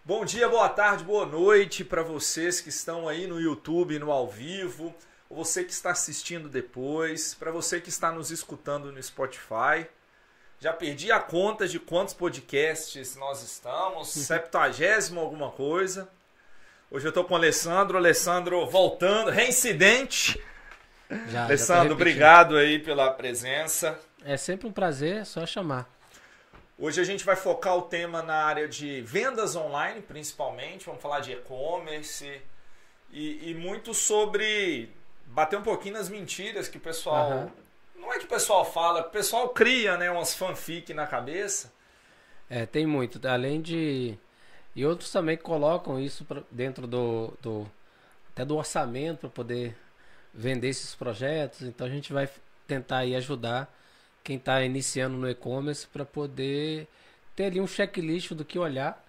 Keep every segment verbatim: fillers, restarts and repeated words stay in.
Bom dia, boa tarde, boa noite para vocês que estão aí no YouTube, no ao vivo, você que está assistindo depois, para você que está nos escutando no Spotify. Já perdi a conta de quantos podcasts nós estamos, septuagésimo alguma coisa. Hoje eu estou com o Alessandro, Alessandro voltando, reincidente. Já, Alessandro, já obrigado aí pela presença. É sempre um prazer, é só chamar. Hoje a gente vai focar o tema na área de vendas online, principalmente. Vamos falar de e-commerce e, e muito sobre bater um pouquinho nas mentiras que o pessoal... Uhum. Não é que o pessoal fala, o pessoal cria, né, umas fanfic na cabeça. É, tem muito. Além de... E outros também colocam isso pra, dentro do, do... até do orçamento para poder vender esses projetos. Então a gente vai tentar aí ajudar quem está iniciando no e-commerce para poder ter ali um checklist do que olhar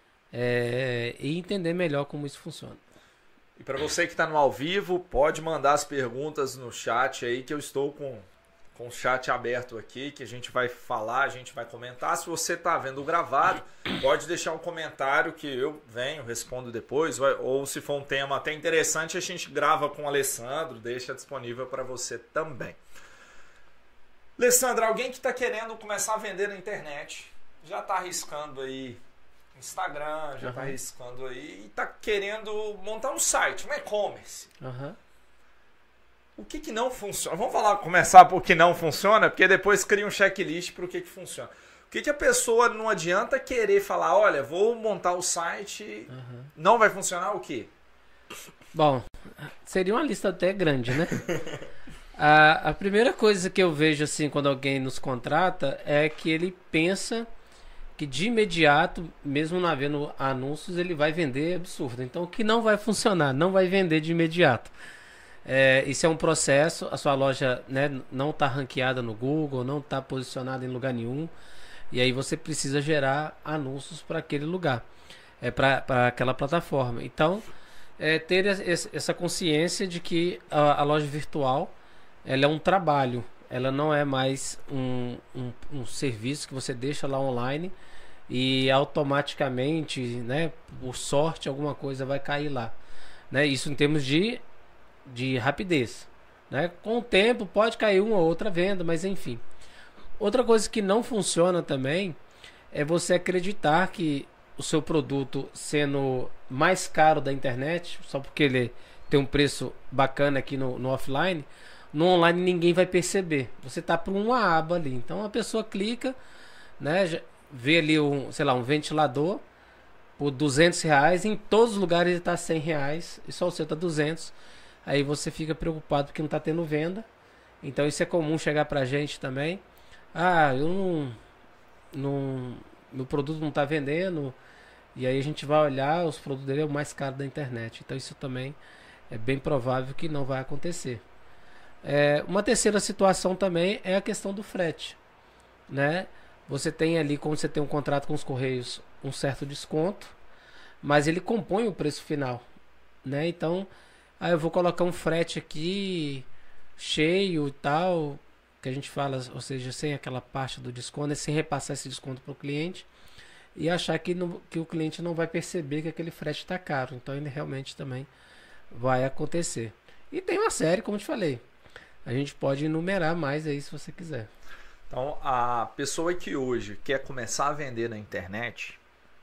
é, e entender melhor como isso funciona. E para você que está no ao vivo, pode mandar as perguntas no chat aí, que eu estou com, com o chat aberto aqui, que a gente vai falar, a gente vai comentar. Se você está vendo o gravado, pode deixar um comentário que eu venho, respondo depois, ou se for um tema até interessante, a gente grava com o Alessandro, deixa disponível para você também. Alessandro, alguém que está querendo começar a vender na internet, já está arriscando aí Instagram, já está uhum. arriscando aí e está querendo montar um site, um e-commerce. Uhum. O que que não funciona? Vamos falar, começar por que não funciona, porque depois cria um checklist para o que que funciona. O que que a pessoa não adianta querer falar, olha, vou montar o site, uhum. não vai funcionar o quê? Bom, seria uma lista até grande, né? A, a primeira coisa que eu vejo assim quando alguém nos contrata é que ele pensa que de imediato, mesmo não havendo anúncios, ele vai vender absurdo. Então, o que não vai funcionar, não vai vender de imediato. É, isso é um processo, a sua loja, né, não está ranqueada no Google, não está posicionada em lugar nenhum, e aí você precisa gerar anúncios para aquele lugar, é, para aquela plataforma. Então, é, ter essa consciência de que a, a loja virtual ela é um trabalho, ela não é mais um, um, um serviço que você deixa lá online e automaticamente, né, por sorte, alguma coisa vai cair lá. Né? Isso em termos de, de rapidez. Né? Com o tempo pode cair uma ou outra venda, mas enfim. Outra coisa que não funciona também é você acreditar que o seu produto sendo mais caro da internet, só porque ele tem um preço bacana aqui no, no offline, no online ninguém vai perceber. Você tá por uma aba ali. Então a pessoa clica, né, vê ali um, sei lá, um ventilador por duzentos reais. Em todos os lugares ele tá cem reais e só o seu tá duzentos. Aí você fica preocupado porque não tá tendo venda. Então isso é comum chegar pra gente também. Ah, eu não, não meu produto não tá vendendo. E aí a gente vai olhar, os produtos dele é o mais caro da internet. Então isso também é bem provável que não vai acontecer. É, uma terceira situação também é a questão do frete, né? Você tem ali, como você tem um contrato com os Correios, um certo desconto, mas ele compõe o preço final, né? Então, aí eu vou colocar um frete aqui cheio e tal, que a gente fala, ou seja, sem aquela parte do desconto, sem repassar esse desconto para o cliente e achar que, não, que o cliente não vai perceber que aquele frete está caro. Então, ele realmente também vai acontecer. E tem uma série, como eu te falei. A gente pode enumerar mais aí se você quiser. Então, a pessoa que hoje quer começar a vender na internet,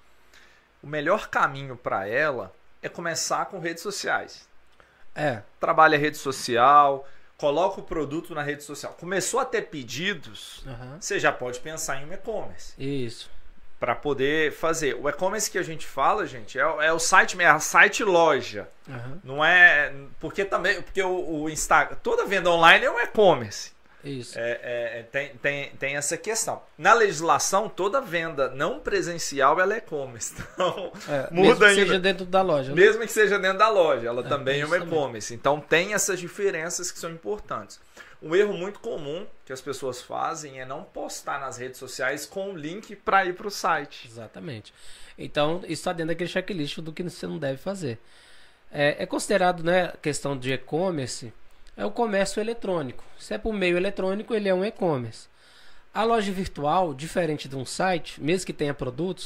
o melhor caminho para ela é começar com redes sociais. É. Trabalha a rede social, coloca o produto na rede social. Começou a ter pedidos, uhum. você já pode pensar em um e-commerce. Isso. Para poder fazer. O e-commerce que a gente fala, gente, é, é o site, é a site loja. Uhum. Não é. Porque também. Porque o, o Instagram. Toda venda online é um e-commerce. Isso. É, é, tem, tem, tem essa questão. Na legislação, toda venda não presencial ela é e-commerce. Então, é, muda mesmo que ainda. seja dentro da loja. Mesmo né? que seja dentro da loja, ela é, também é um e-commerce. Então, tem essas diferenças que são importantes. Um erro muito comum que as pessoas fazem é não postar nas redes sociais com o link para ir para o site. Exatamente. Então, isso está dentro daquele checklist do que você não deve fazer. É, é considerado, né, a questão de e-commerce, é o comércio eletrônico. Se é por meio eletrônico, ele é um e-commerce. A loja virtual, diferente de um site, mesmo que tenha produtos,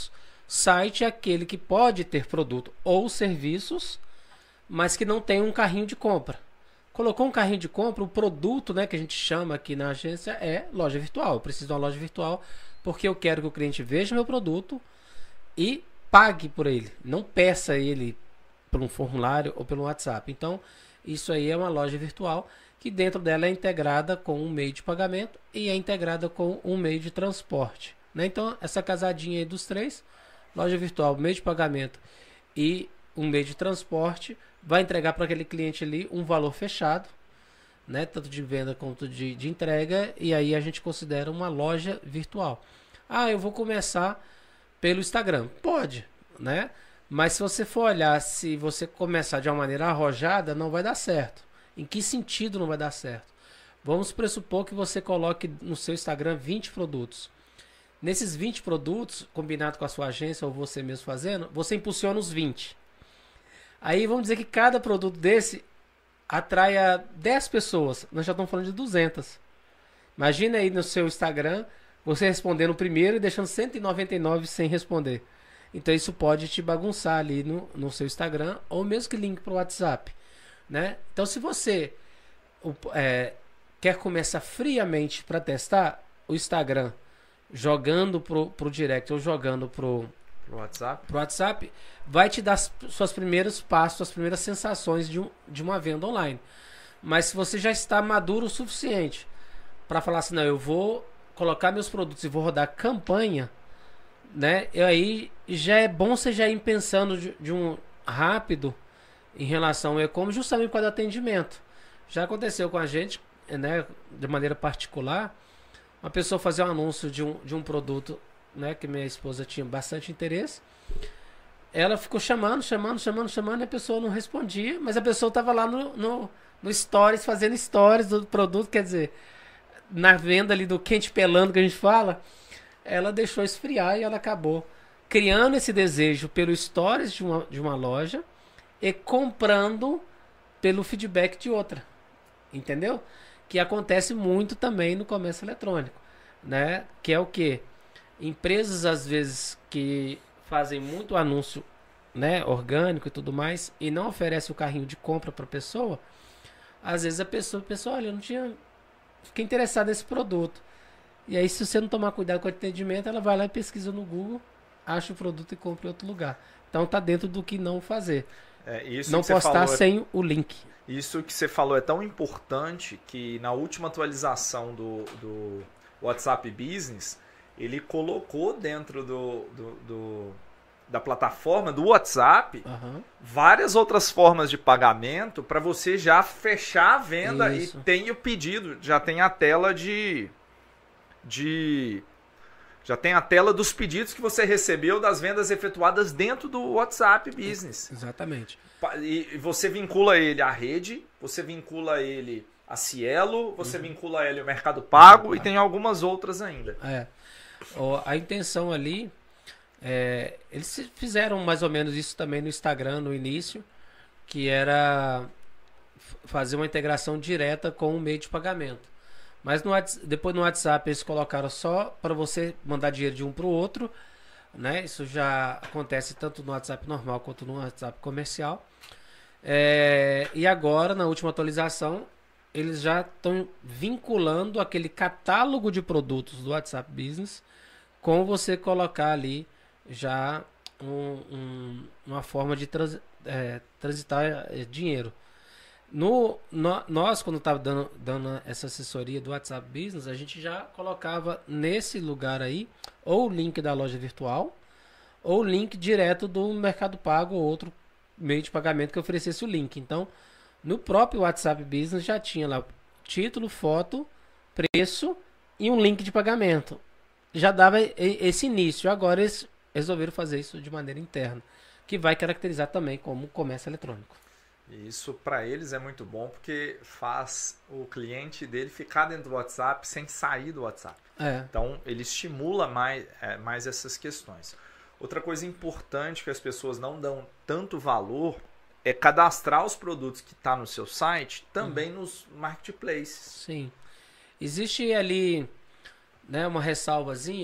Site é aquele que pode ter produto ou serviços, mas que não tem um carrinho de compra. Colocou um carrinho de compra, o produto, né, que a gente chama aqui na agência é loja virtual. Eu preciso de uma loja virtual porque eu quero que o cliente veja meu produto e pague por ele. Não peça ele por um formulário ou pelo WhatsApp. Então, isso aí é uma loja virtual que dentro dela é integrada com um meio de pagamento e é integrada com um meio de transporte. Né? Então, essa casadinha aí dos três, loja virtual, meio de pagamento e um meio de transporte, vai entregar para aquele cliente ali um valor fechado, né? Tanto de venda quanto de, de entrega, e aí a gente considera uma loja virtual. Ah, eu vou começar pelo Instagram. Pode, né? Mas se você for olhar, se você começar de uma maneira arrojada, não vai dar certo. Em que sentido não vai dar certo? Vamos pressupor que você coloque no seu Instagram vinte produtos. Nesses vinte produtos, combinado com a sua agência ou você mesmo fazendo, você impulsiona os vinte. Aí vamos dizer que cada produto desse atraia dez pessoas. Nós já estamos falando de duzentas. Imagina aí no seu Instagram, você respondendo o primeiro e deixando cento e noventa e nove sem responder. Então isso pode te bagunçar ali no, no seu Instagram, ou mesmo que link para o WhatsApp. Né? Então se você é, quer começar friamente para testar o Instagram, jogando pro, pro direct ou jogando pro, pro WhatsApp, pro WhatsApp, vai te dar suas primeiros passos, suas primeiras sensações de, um, de uma venda online. Mas se você já está maduro o suficiente para falar assim, não, eu vou colocar meus produtos e vou rodar campanha, né? E aí já é bom você já ir pensando de, de um rápido em relação ao e-commerce, justamente por causa do atendimento. Já aconteceu com a gente, né, de maneira particular, uma pessoa fazer um anúncio de um, de um produto, né, que minha esposa tinha bastante interesse. Ela ficou chamando, chamando, chamando, chamando, e a pessoa não respondia, mas a pessoa estava lá no, no, no stories, fazendo stories do produto, quer dizer, na venda ali do quente pelando que a gente fala, ela deixou esfriar e ela acabou criando esse desejo pelo stories de uma, de uma loja e comprando pelo feedback de outra, entendeu? Que acontece muito também no comércio eletrônico, né? Que é o quê? Empresas, às vezes, que fazem muito anúncio, né, orgânico e tudo mais, e não oferece o carrinho de compra para a pessoa, às vezes a pessoa, a pessoa, olha, eu não tinha... Fiquei interessado nesse produto. E aí, se você não tomar cuidado com o atendimento, ela vai lá e pesquisa no Google, acha o produto e compra em outro lugar. Então, tá dentro do que não fazer. É, isso não que postar falou, sem o link. Isso que você falou é tão importante que na última atualização do, do WhatsApp Business, ele colocou dentro do, do, do, da plataforma do WhatsApp uhum. várias outras formas de pagamento para você já fechar a venda. Isso. E tem o pedido, já tem a tela de, de... Já tem a tela dos pedidos que você recebeu das vendas efetuadas dentro do WhatsApp Business. Exatamente. E você vincula ele à rede, você vincula ele a Cielo, você uhum. vincula ele ao Mercado Pago uhum. e tem algumas outras ainda. É. A intenção ali, é, eles fizeram mais ou menos isso também no Instagram no início, que era fazer uma integração direta com o meio de pagamento. Mas no, depois no WhatsApp eles colocaram só para você mandar dinheiro de um para o outro, né? Isso já acontece tanto no WhatsApp normal quanto no WhatsApp comercial. É, e agora, na última atualização, eles já estão vinculando aquele catálogo de produtos do WhatsApp Business com você colocar ali já um, um, uma forma de trans, é, transitar é, dinheiro. No, no, nós, quando estava dando, dando essa assessoria do WhatsApp Business, a gente já colocava nesse lugar aí ou o link da loja virtual ou o link direto do Mercado Pago ou outro meio de pagamento que oferecesse o link. Então, no próprio WhatsApp Business já tinha lá título, foto, preço e um link de pagamento. Já dava esse início. Agora eles resolveram fazer isso de maneira interna, que vai caracterizar também como comércio eletrônico. Isso para eles é muito bom porque faz o cliente dele ficar dentro do WhatsApp sem sair do WhatsApp. É. Então ele estimula mais, é, mais essas questões. Outra coisa importante que as pessoas não dão tanto valor é cadastrar os produtos que está no seu site também uhum. nos marketplaces. Sim. Existe ali, né, uma ressalvazinha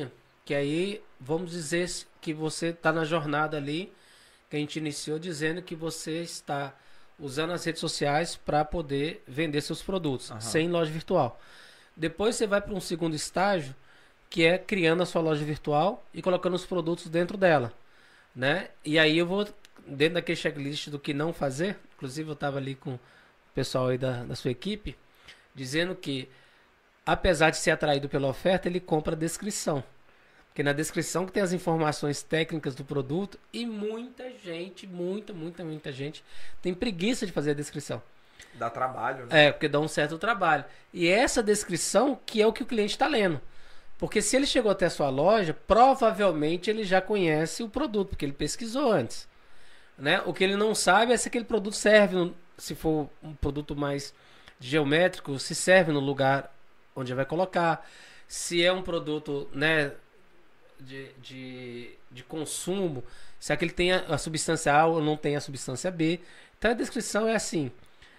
Que aí, vamos dizer que você está na jornada ali, que a gente iniciou dizendo que você está usando as redes sociais para poder vender seus produtos, uhum. sem loja virtual. Depois você vai para um segundo estágio, que é criando a sua loja virtual e colocando os produtos dentro dela, né? E aí eu vou, dentro daquele checklist do que não fazer, inclusive eu estava ali com o pessoal aí da, da sua equipe, dizendo que, apesar de ser atraído pela oferta, ele compra a descrição. Porque na descrição que tem as informações técnicas do produto e muita gente, muita, muita, muita gente tem preguiça de fazer a descrição. Dá trabalho, né? É, porque dá um certo trabalho. E essa descrição que é o que o cliente está lendo. Porque se ele chegou até a sua loja, provavelmente ele já conhece o produto, porque ele pesquisou antes. Né? O que ele não sabe é se aquele produto serve, se for um produto mais geométrico, se serve no lugar onde vai colocar. Se é um produto, né, de, de, de consumo, se aquele tem a, a substância A ou não tem a substância B. Então a descrição é assim,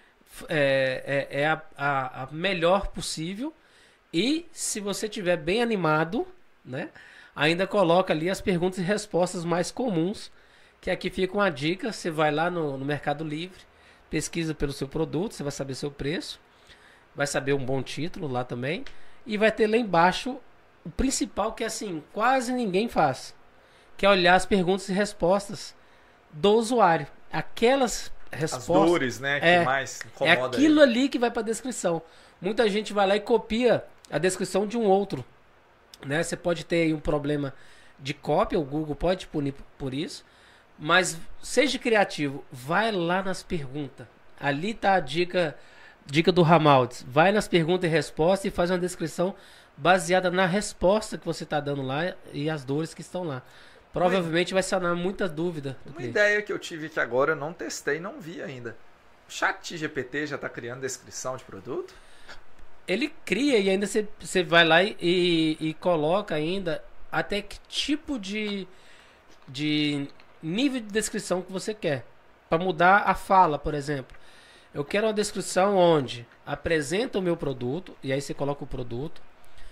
é, é, é a, a, a melhor possível. E se você estiver bem animado, né, ainda coloca ali as perguntas e respostas mais comuns, que aqui fica uma dica. Você vai lá no, no Mercado Livre, pesquisa pelo seu produto, você vai saber seu preço, vai saber um bom título lá também, e vai ter lá embaixo o principal, que é assim, quase ninguém faz, que é olhar as perguntas e respostas do usuário. Aquelas respostas... As dores, né, que é, mais incomoda. É aquilo ali que vai para a descrição. Muita gente vai lá e copia a descrição de um outro, né? Você pode ter aí um problema de cópia, o Google pode punir por isso, mas seja criativo, vai lá nas perguntas. Ali tá a dica, dica do Ramaldes. Vai nas perguntas e respostas e faz uma descrição baseada na resposta que você está dando lá e as dores que estão lá. Provavelmente vai sanar muita dúvida. Uma cliente. Ideia que eu tive que agora eu não testei, não vi ainda. O Chat G P T já está criando descrição de produto? Ele cria e ainda você, você vai lá e, e, e coloca ainda até que tipo de, de nível de descrição que você quer. Para mudar a fala, por exemplo. Eu quero uma descrição onde apresenta o meu produto, e aí você coloca o produto,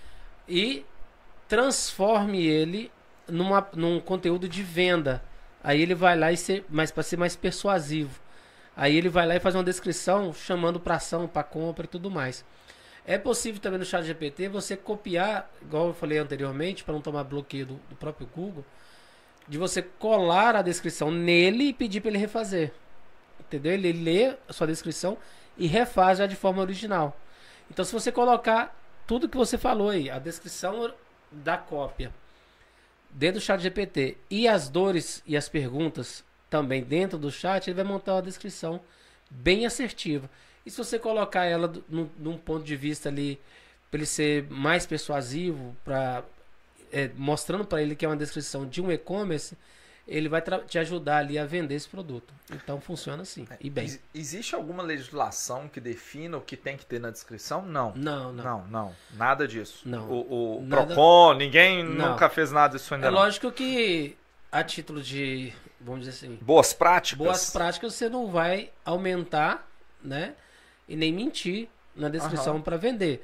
e transforme ele numa, num conteúdo de venda. Aí ele vai lá e ser, mas para ser mais persuasivo. Aí ele vai lá e faz uma descrição chamando para ação, para compra e tudo mais. É possível também no Chat G P T você copiar, igual eu falei anteriormente, para não tomar bloqueio do, do próprio Google, de você colar a descrição nele e pedir para ele refazer. Entendeu? Ele lê a sua descrição e refaz já de forma original. Então, se você colocar tudo que você falou aí, a descrição da cópia dentro do Chat G P T e as dores e as perguntas também dentro do chat, ele vai montar uma descrição bem assertiva. E se você colocar ela do, num, num ponto de vista ali, para ele ser mais persuasivo, pra, é, mostrando para ele que é uma descrição de um e-commerce, ele vai te ajudar ali a vender esse produto. Então funciona assim, e bem. Ex existe alguma legislação que defina o que tem que ter na descrição? Não. Não, não. Não, não. Nada disso. Não. O, o Nada... Procon, ninguém não. nunca fez nada disso ainda. É não. lógico que a título de, vamos dizer assim, boas práticas. Boas práticas você não vai aumentar, né? E nem mentir na descrição uhum. para vender.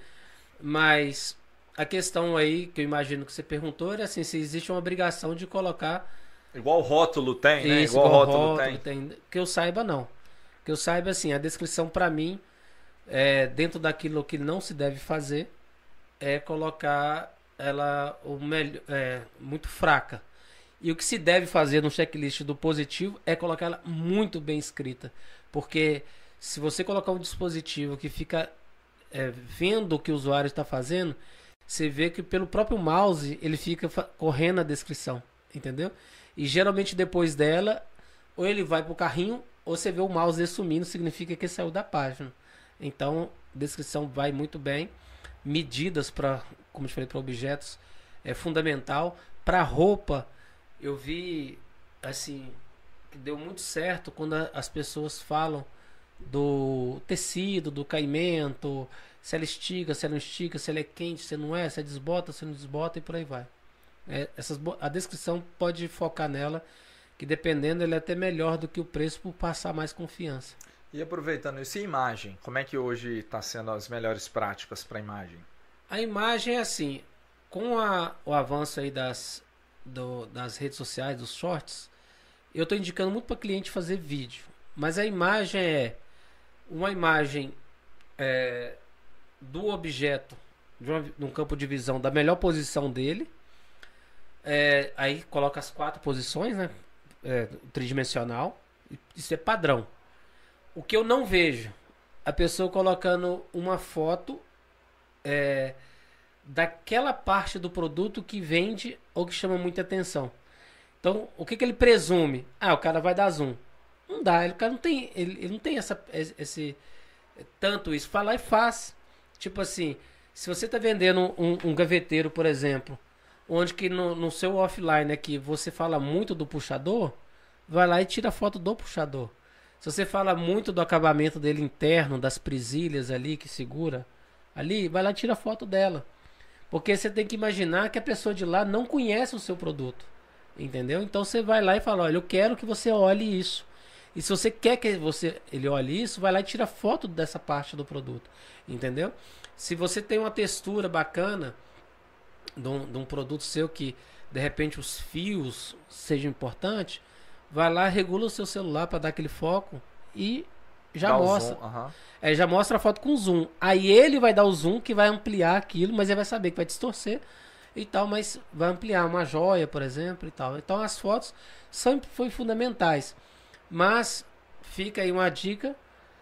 Mas a questão aí, que eu imagino que você perguntou, era assim, se existe uma obrigação de colocar... Igual o rótulo tem, né? Isso, igual o rótulo, rótulo tem. tem. Que eu saiba, não. Que eu saiba, assim, a descrição para mim, é, dentro daquilo que não se deve fazer, é colocar ela o melhor, é, muito fraca. E o que se deve fazer no checklist do positivo é colocar ela muito bem escrita. Porque se você colocar um dispositivo que fica é, vendo o que o usuário está fazendo, você vê que pelo próprio mouse ele fica correndo a descrição, entendeu? E geralmente depois dela, ou ele vai para o carrinho, ou você vê o mouse dele sumindo, significa que ele saiu da página. Então, descrição vai muito bem. Medidas para, como eu falei, para objetos é fundamental. Para roupa, eu vi assim que deu muito certo quando a, as pessoas falam do tecido, do caimento, se ela estica, se ela não estica, se ela é quente, se não é, se é desbota, se não desbota e por aí vai. É, essas, a descrição pode focar nela, que dependendo ele é até melhor do que o preço por passar mais confiança. E aproveitando isso, e imagem? Como é que hoje está sendo as melhores práticas para imagem? A imagem é assim, com a, o avanço aí das, do, das redes sociais, dos shorts, eu estou indicando muito para cliente fazer vídeo. Mas a imagem é uma imagem é, do objeto, de, uma, de um campo de visão, da melhor posição dele. É, aí coloca as quatro posições, né? É, tridimensional. Isso é padrão. O que eu não vejo, a pessoa colocando uma foto é, daquela parte do produto que vende ou que chama muita atenção. Então, o que, que ele presume? Ah, o cara vai dar zoom. Não dá, ele, o cara não tem, ele, ele não tem essa, esse, tanto isso. Vai lá e faz. Tipo assim, se você está vendendo um, um gaveteiro, por exemplo, onde que no, no seu offline aqui você fala muito do puxador, vai lá e tira foto do puxador. Se você fala muito do acabamento dele interno, das presilhas ali que segura, ali, vai lá e tira foto dela. Porque você tem que imaginar que a pessoa de lá não conhece o seu produto. Entendeu? Então você vai lá e fala, olha, eu quero que você olhe isso. E se você quer que você, ele olhe isso, vai lá e tira foto dessa parte do produto. Entendeu? Se você tem uma textura bacana de um, de um produto seu que, de repente, os fios sejam importantes, vai lá, regula o seu celular para dar aquele foco e já Dá mostra. Uhum. É, já mostra a foto com zoom. Aí ele vai dar o zoom que vai ampliar aquilo, mas ele vai saber que vai distorcer e tal, mas vai ampliar uma joia, por exemplo, e tal. Então as fotos sempre foram fundamentais. Mas fica aí uma dica,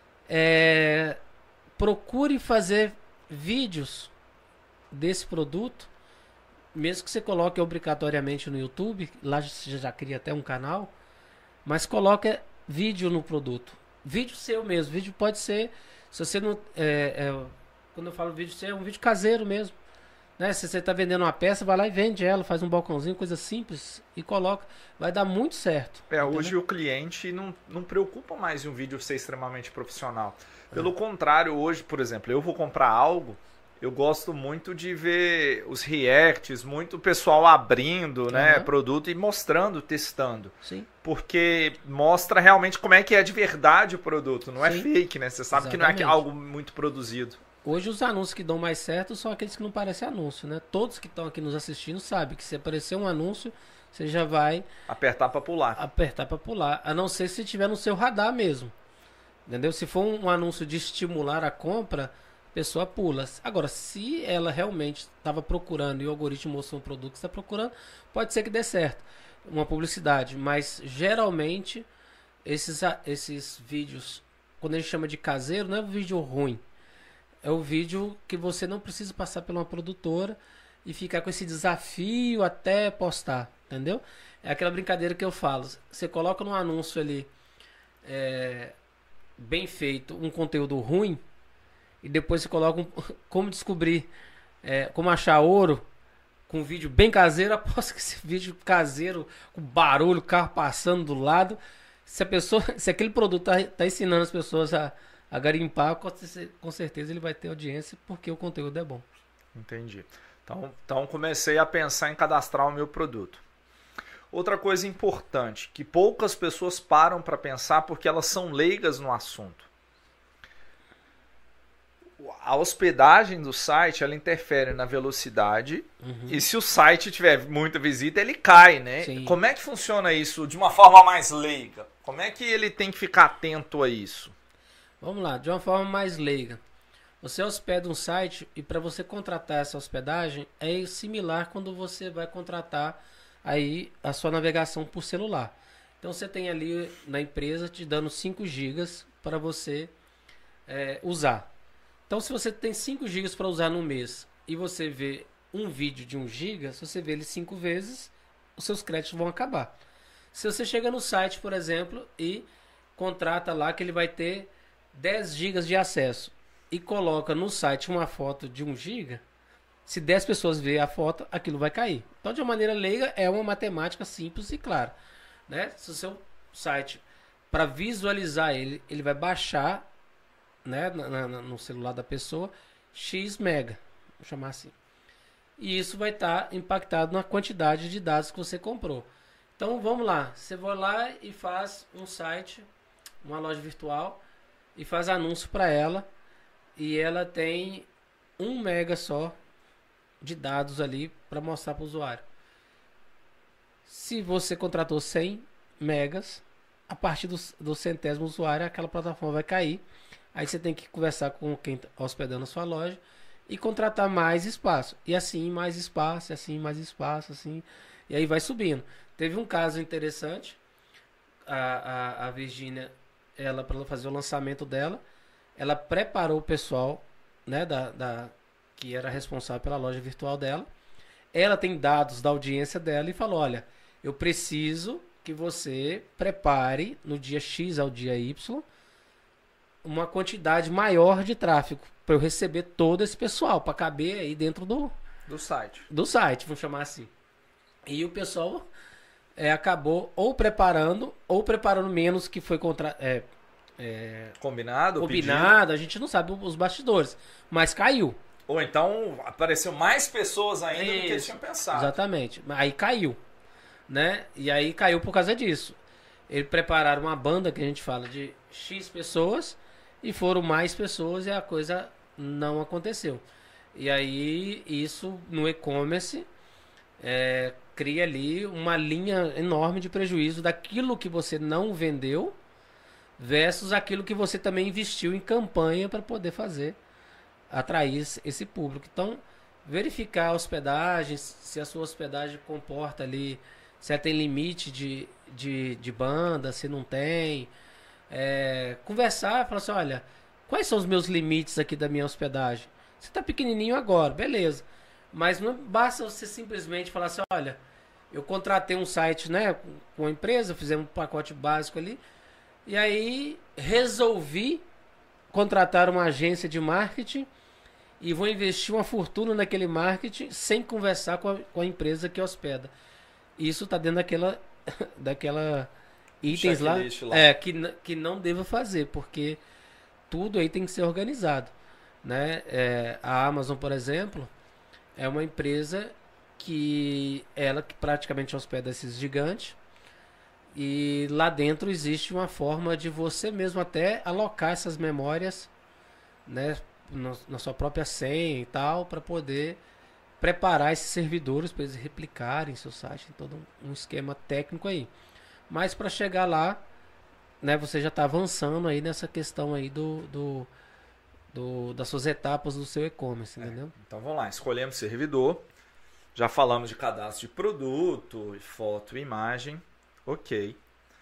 é, procure fazer vídeos desse produto, mesmo que você coloque obrigatoriamente no YouTube, lá você já cria até um canal, mas coloque vídeo no produto. Vídeo seu mesmo, vídeo pode ser, se você não, é, é, quando eu falo vídeo seu, é um vídeo caseiro mesmo. Né? Se você está vendendo uma peça, vai lá e vende ela, faz um balcãozinho, coisa simples e coloca. Vai dar muito certo. É, hoje o cliente não, não preocupa mais em um vídeo ser extremamente profissional. Pelo é. contrário, hoje, por exemplo, eu vou comprar algo, eu gosto muito de ver os reacts, muito pessoal abrindo, uhum. né, produto e mostrando, testando. Sim. Porque mostra realmente como é que é de verdade o produto, não Sim. é fake, né? Você sabe Exatamente. que não é algo muito produzido. Hoje os anúncios que dão mais certo são aqueles que não parecem anúncio, né? Todos que estão aqui nos assistindo sabem que se aparecer um anúncio, você já vai... Apertar para pular. Apertar para pular, a não ser se tiver no seu radar mesmo. Entendeu? Se for um anúncio de estimular a compra, a pessoa pula. Agora, se ela realmente estava procurando e o algoritmo mostrou um produto que está procurando, pode ser que dê certo. Uma publicidade, mas geralmente esses, esses vídeos, quando a gente chama de caseiro, não é um vídeo ruim. É o vídeo que você não precisa passar por uma produtora e ficar com esse desafio até postar, entendeu? É aquela brincadeira que eu falo. Você coloca num anúncio ali, é, bem feito, um conteúdo ruim, e depois você coloca um, como descobrir, é, como achar ouro, com um vídeo bem caseiro. Aposto que esse vídeo caseiro, com barulho, carro passando do lado, se a pessoa, se aquele produto tá, tá ensinando as pessoas a a garimpar, com certeza ele vai ter audiência porque o conteúdo é bom. Entendi. Então, então comecei a pensar em cadastrar o meu produto. Outra coisa importante, que poucas pessoas param para pensar porque elas são leigas no assunto. A hospedagem do site, ela interfere na velocidade, uhum. e se o site tiver muita visita, ele cai, né? Sim. Como é que funciona isso de uma forma mais leiga? Como é que ele tem que ficar atento a isso? Vamos lá, de uma forma mais leiga. Você hospeda um site e para você contratar essa hospedagem é similar quando você vai contratar aí a sua navegação por celular. Então você tem ali na empresa te dando cinco gigas para você é, usar. Então se você tem cinco gigas para usar no mês e você vê um vídeo de um giga, se você vê ele cinco vezes, os seus créditos vão acabar. Se você chega no site, por exemplo, e contrata lá que ele vai ter dez gigas de acesso e coloca no site uma foto de um giga, se dez pessoas verem a foto, aquilo vai cair. Então, de uma maneira leiga, é uma matemática simples e clara, né? Se o seu site, para visualizar ele, ele vai baixar, né, na, na, no celular da pessoa X mega, vou chamar assim. E isso vai estar tá impactado na quantidade de dados que você comprou. Então, vamos lá. Você vai lá e faz um site, uma loja virtual, e faz anúncio para ela, e ela tem um mega só de dados ali para mostrar para o usuário. Se você contratou cem megas, a partir do, do centésimo usuário, aquela plataforma vai cair. Aí você tem que conversar com quem está hospedando a sua loja e contratar mais espaço. E assim, mais espaço, e assim, mais espaço, assim. E aí vai subindo. Teve um caso interessante. A, a, a Virgínia, ela, para fazer o lançamento dela, ela preparou o pessoal, né, da, da, que era responsável pela loja virtual dela. Ela tem dados da audiência dela e falou, olha, eu preciso que você prepare no dia X ao dia Y uma quantidade maior de tráfego para eu receber todo esse pessoal, para caber aí dentro do, do site. Do site, vamos chamar assim. E o pessoal é, acabou ou preparando, ou preparando menos que foi contra, é, é, combinado. Combinado, pedido. A gente não sabe os bastidores, mas caiu. Ou então apareceu mais pessoas ainda Isso, do que eles tinham pensado. Exatamente. Aí caiu, né? E aí caiu por causa disso. Eles prepararam uma banda que a gente fala de X pessoas e foram mais pessoas e a coisa não aconteceu. E aí isso no e-commerce é, cria ali uma linha enorme de prejuízo daquilo que você não vendeu versus aquilo que você também investiu em campanha para poder fazer, atrair esse público. Então, verificar a hospedagem, se a sua hospedagem comporta ali, se ela tem limite de, de, de banda, se não tem. É, conversar, falar assim, olha, quais são os meus limites aqui da minha hospedagem? Você está pequenininho agora, beleza. Mas não basta você simplesmente falar assim, olha, eu contratei um site, né, com a empresa, fizemos um pacote básico ali, e aí resolvi contratar uma agência de marketing e vou investir uma fortuna naquele marketing sem conversar com a, com a empresa que hospeda. Isso está dentro daquela, daquela itens lá, lá. É, que, que não deva fazer, porque tudo aí tem que ser organizado, né? É, a Amazon, por exemplo, é uma empresa que ela que praticamente hospeda esses gigantes, e lá dentro existe uma forma de você mesmo até alocar essas memórias, né, na, na sua própria senha e tal, para poder preparar esses servidores para eles replicarem seu site. Tem todo um, um esquema técnico aí. Mas para chegar lá, né, você já está avançando aí nessa questão aí do, do, do das suas etapas do seu e-commerce, entendeu? É, então vamos lá, escolhemos servidor, já falamos de cadastro de produto, foto e imagem, ok.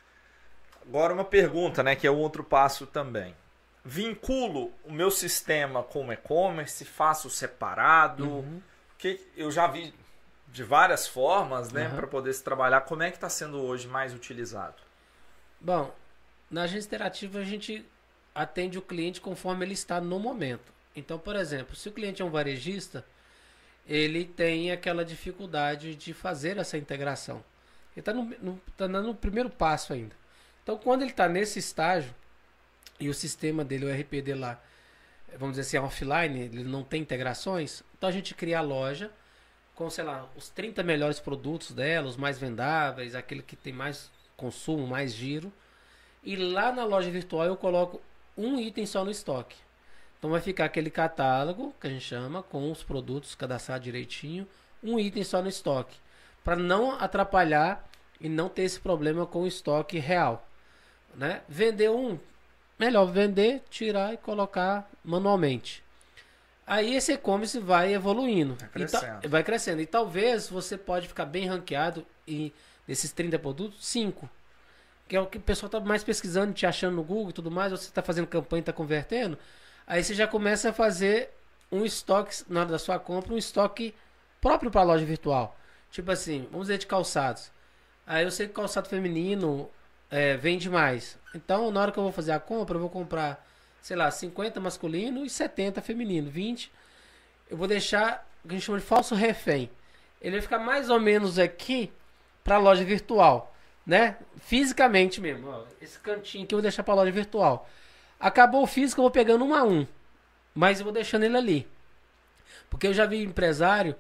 Agora uma pergunta, né, que é um outro passo também. Vinculo o meu sistema com o e-commerce, faço separado, Uhum. que eu já vi de várias formas, né, Uhum. para poder se trabalhar. Como é que está sendo hoje mais utilizado? Bom, na agência interativa a gente atende o cliente conforme ele está no momento. Então, por exemplo, se o cliente é um varejista, ele tem aquela dificuldade de fazer essa integração. Ele está no, no, tá dando o primeiro passo ainda. Então, quando ele está nesse estágio e o sistema dele, o E R P dele lá, vamos dizer assim, é offline, ele não tem integrações, então a gente cria a loja com, sei lá, os trinta melhores produtos dela, os mais vendáveis, aquele que tem mais consumo, mais giro. E lá na loja virtual eu coloco um item só no estoque. Então vai ficar aquele catálogo, que a gente chama, com os produtos cadastrados direitinho, um item só no estoque. Para não atrapalhar e não ter esse problema com o estoque real, né? Vender um, melhor vender, tirar e colocar manualmente. Aí esse e-commerce vai evoluindo. Vai crescendo. E vai crescendo. E talvez você pode ficar bem ranqueado e desses trinta produtos, cinco. Que é o que o pessoal está mais pesquisando, te achando no Google e tudo mais, você está fazendo campanha, está convertendo. Aí você já começa a fazer um estoque, na hora da sua compra, um estoque próprio para a loja virtual. Tipo assim, vamos dizer de calçados. Aí eu sei que calçado feminino é, vende mais. Então, na hora que eu vou fazer a compra, eu vou comprar, sei lá, cinquenta masculino e setenta feminino, vinte. Eu vou deixar o que a gente chama de falso refém. Ele vai ficar mais ou menos aqui para a loja virtual, né? Fisicamente mesmo. Ó, esse cantinho aqui eu vou deixar para a loja virtual. Acabou o físico, eu vou pegando um a um. Mas eu vou deixando ele ali. Porque eu já vi empresário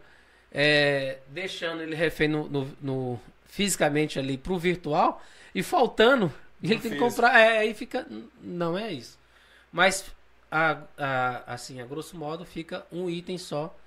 é, deixando ele refém no, no, no, fisicamente ali pro virtual e faltando. E ele tem que comprar. É, aí fica. Não é isso. Mas, a, a, assim, a grosso modo, fica um item só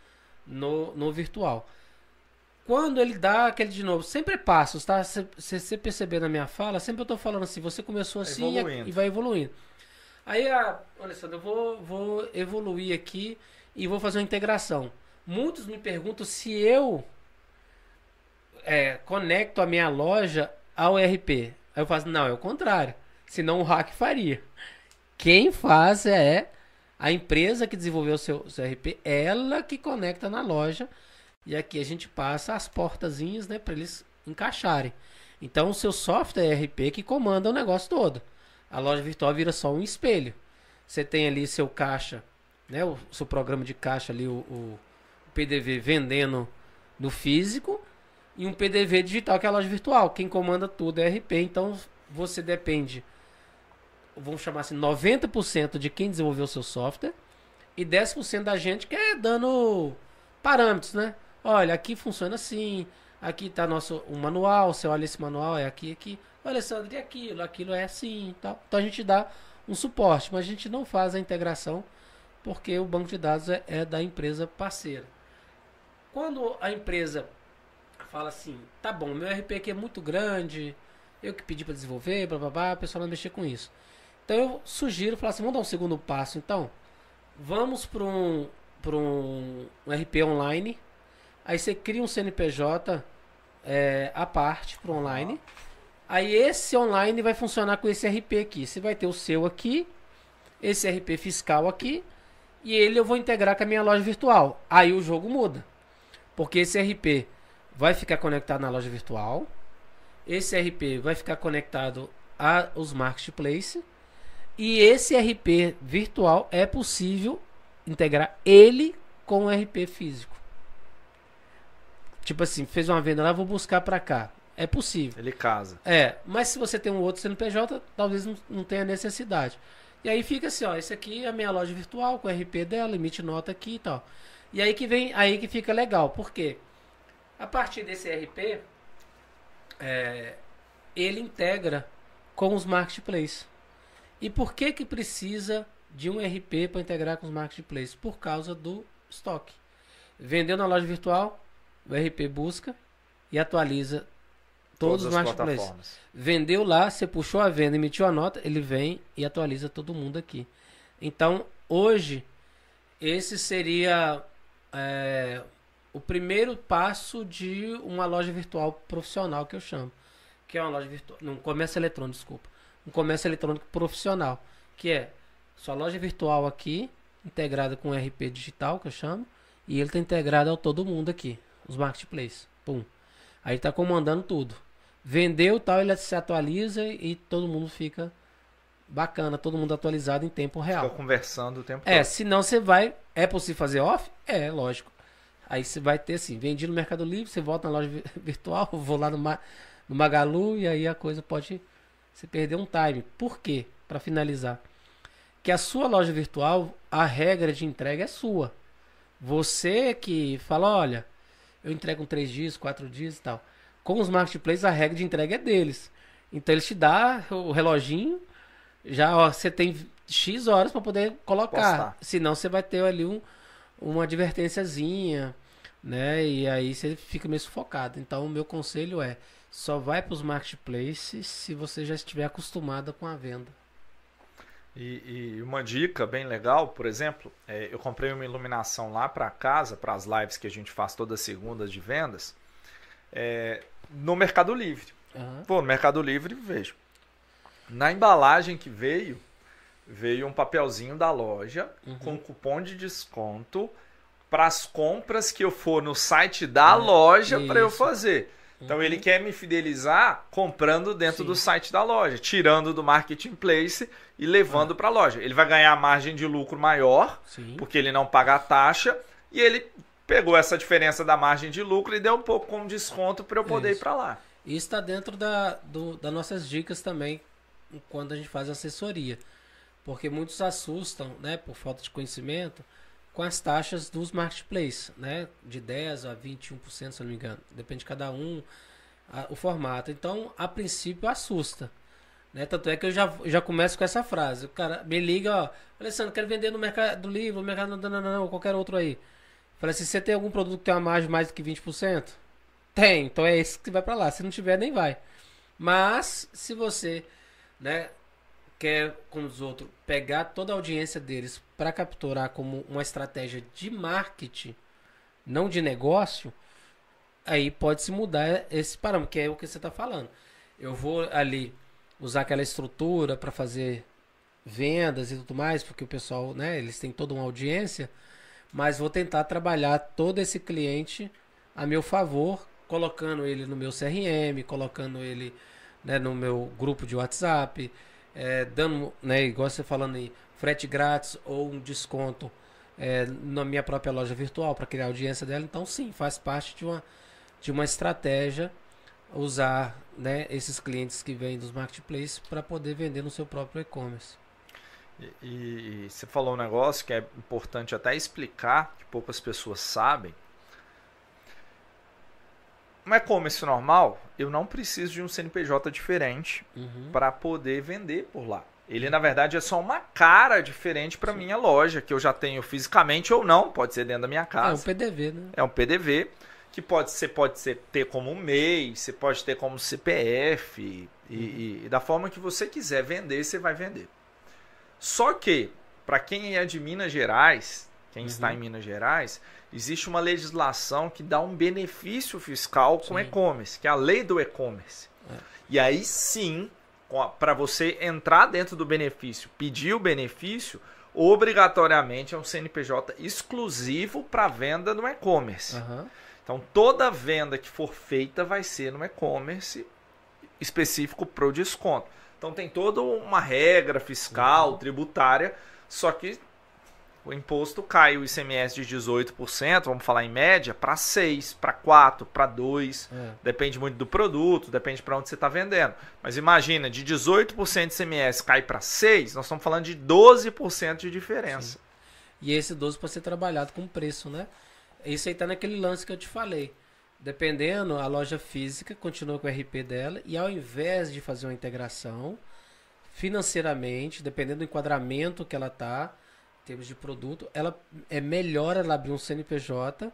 no, no virtual. Quando ele dá aquele de novo, sempre é passos, tá? Se você perceber na minha fala, sempre eu tô falando assim, você começou assim e, e vai evoluindo. Aí, a, Alessandro, eu vou, vou evoluir aqui e vou fazer uma integração. Muitos me perguntam se eu é, conecto a minha loja ao E R P. Aí eu faço, não, é o contrário. Senão o hack faria. Quem faz é a empresa que desenvolveu o seu, o seu E R P, ela que conecta na loja. E aqui a gente passa as portazinhas, né, para eles encaixarem. Então o seu software E R P que comanda o negócio todo. A loja virtual vira só um espelho. Você tem ali seu caixa, né, o seu programa de caixa ali, o, o P D V vendendo no físico e um P D V digital que é a loja virtual. Quem comanda tudo é E R P. Então você depende, vamos chamar assim, noventa por cento de quem desenvolveu o seu software e dez por cento da gente que é dando parâmetros, né? Olha, aqui funciona assim, aqui está nosso um manual, você olha esse manual, é aqui, aqui. Olha, Alessandro, e aquilo, aquilo é assim, tal. Então a gente dá um suporte, mas a gente não faz a integração porque o banco de dados é, é da empresa parceira. Quando a empresa fala assim, tá bom, meu E R P aqui é muito grande, eu que pedi para desenvolver, blá, blá, blá, a pessoa não mexer com isso. Então eu sugiro, falar assim, vamos dar um segundo passo, então. Vamos para um, para um, um R P online. Aí você cria um C N P J é, à parte para online. Aí esse online vai funcionar com esse R P aqui. Você vai ter o seu aqui, esse R P fiscal aqui, e ele eu vou integrar com a minha loja virtual. Aí o jogo muda. Porque esse R P vai ficar conectado na loja virtual. Esse R P vai ficar conectado aos marketplaces. E esse R P virtual é possível integrar ele com o R P físico. Tipo assim, fez uma venda lá, vou buscar para cá. É possível. Ele casa. É, mas se você tem um outro C N P J, talvez não, não tenha necessidade. E aí fica assim, ó, esse aqui é a minha loja virtual com o R P dela, emite nota aqui e tal. E aí que vem, aí que fica legal. Por quê? A partir desse R P, é, ele integra com os marketplaces. E por que que precisa de um R P para integrar com os marketplaces? Por causa do estoque. Vendeu na loja virtual, o R P busca e atualiza todos, todos os marketplaces. Vendeu lá, você puxou a venda, emitiu a nota, ele vem e atualiza todo mundo aqui. Então, hoje, esse seria é, o primeiro passo de uma loja virtual profissional que eu chamo. Que é uma loja virtual, não, comércio eletrônico, desculpa. Um comércio eletrônico profissional, que é sua loja virtual aqui, integrada com o R P digital, que eu chamo, e ele está integrado ao todo mundo aqui, os marketplaces. Pum. Aí está comandando tudo. Vendeu tal, ele se atualiza e todo mundo fica bacana, todo mundo atualizado em tempo real. Fica conversando o tempo é, todo. É, senão você vai... É possível fazer off? É, lógico. Aí você vai ter assim, vendi no Mercado Livre, você volta na loja virtual, vou lá no, Ma, no Magalu e aí a coisa pode... Você perder um time. Por quê? Para finalizar. Que a sua loja virtual, a regra de entrega é sua. Você que fala, olha, eu entrego em três dias, quatro dias e tal. Com os marketplaces, a regra de entrega é deles. Então eles te dão o reloginho, já ó, você tem X horas para poder colocar. Postar. Senão você vai ter ali um, uma advertênciazinha, né? E aí você fica meio sufocado. Então o meu conselho é, só vai para os marketplaces se você já estiver acostumado com a venda. E, e uma dica bem legal, por exemplo, é, eu comprei uma iluminação lá para casa, para as lives que a gente faz toda segunda de vendas, é, no Mercado Livre. Uhum. Vou no Mercado Livre e vejo. Na embalagem que veio, veio um papelzinho da loja uhum. com cupom de desconto para as compras que eu for no site da é, loja para eu fazer. Então, uhum. ele quer me fidelizar comprando dentro Sim. do site da loja, tirando do marketplace e levando ah. para a loja. Ele vai ganhar margem de lucro maior, Sim. porque ele não paga a taxa, e ele pegou essa diferença da margem de lucro e deu um pouco como desconto para eu poder Isso. ir para lá. Isso está dentro da, do, das nossas dicas também, quando a gente faz assessoria. Porque muitos assustam, né, por falta de conhecimento, com as taxas dos marketplaces, né? De dez a vinte e um por cento, se eu não me engano. Depende de cada um, a, o formato. Então, a princípio, assusta. Né? Tanto é que eu já, já começo com essa frase. O cara me liga, ó, Alessandro, quero vender no Mercado Livre, no Mercado não, não, não, não, qualquer outro aí. Falei assim, você tem algum produto que tem uma margem mais do que vinte por cento? Tem, então é esse que vai para lá. Se não tiver, nem vai. Mas, se você, né, quer, com os outros, pegar toda a audiência deles para capturar como uma estratégia de marketing, não de negócio, aí pode-se mudar esse parâmetro, que é o que você está falando. Eu vou ali usar aquela estrutura para fazer vendas e tudo mais, porque o pessoal, né, eles têm toda uma audiência, mas vou tentar trabalhar todo esse cliente a meu favor, colocando ele no meu C R M, colocando ele, né, no meu grupo de WhatsApp, é, dando, né, igual você falando aí, frete grátis ou um desconto é, na minha própria loja virtual para criar a audiência dela. Então, sim, faz parte de uma, de uma estratégia usar, né, esses clientes que vêm dos marketplaces para poder vender no seu próprio e-commerce. E, e você falou um negócio que é importante até explicar, que poucas pessoas sabem. Um e-commerce normal, eu não preciso de um C N P J diferente uhum. para poder vender por lá. Ele, na verdade, é só uma cara diferente para minha loja, que eu já tenho fisicamente ou não, pode ser dentro da minha casa. É um P D V, né? É um P D V, que pode ser, pode ser ter como M E I, você pode ter como C P F, e, uhum. e, e da forma que você quiser vender, você vai vender. Só que, para quem é de Minas Gerais, quem uhum. está em Minas Gerais, existe uma legislação que dá um benefício fiscal com e-commerce, que é a lei do e-commerce. É. E aí sim, para você entrar dentro do benefício, pedir o benefício, obrigatoriamente é um C N P J exclusivo para venda no e-commerce. Uhum. Então, toda venda que for feita vai ser no e-commerce específico para o desconto. Então, tem toda uma regra fiscal, uhum. tributária, só que o imposto cai o I C M S de dezoito por cento, vamos falar em média, para seis por cento, para quatro por cento, para dois por cento. É. Depende muito do produto, depende para onde você está vendendo. Mas imagina, de dezoito por cento de I C M S cai para seis por cento, nós estamos falando de doze por cento de diferença. Sim. E esse doze por cento pode ser trabalhado com preço, né? Isso aí está naquele lance que eu te falei. Dependendo, a loja física continua com o R P dela e ao invés de fazer uma integração, financeiramente, dependendo do enquadramento que ela está, em termos de produto, ela é melhor ela abrir um C N P J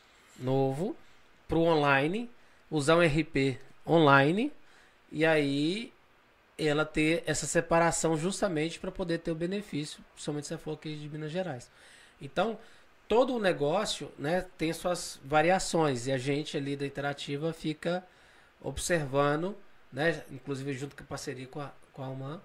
novo para o online, usar um R P online e aí ela ter essa separação justamente para poder ter o benefício, principalmente se for aqui de Minas Gerais. Então, todo o negócio, né, tem suas variações e a gente ali da Interativa fica observando, né, inclusive junto com a parceria com a, com a Alman,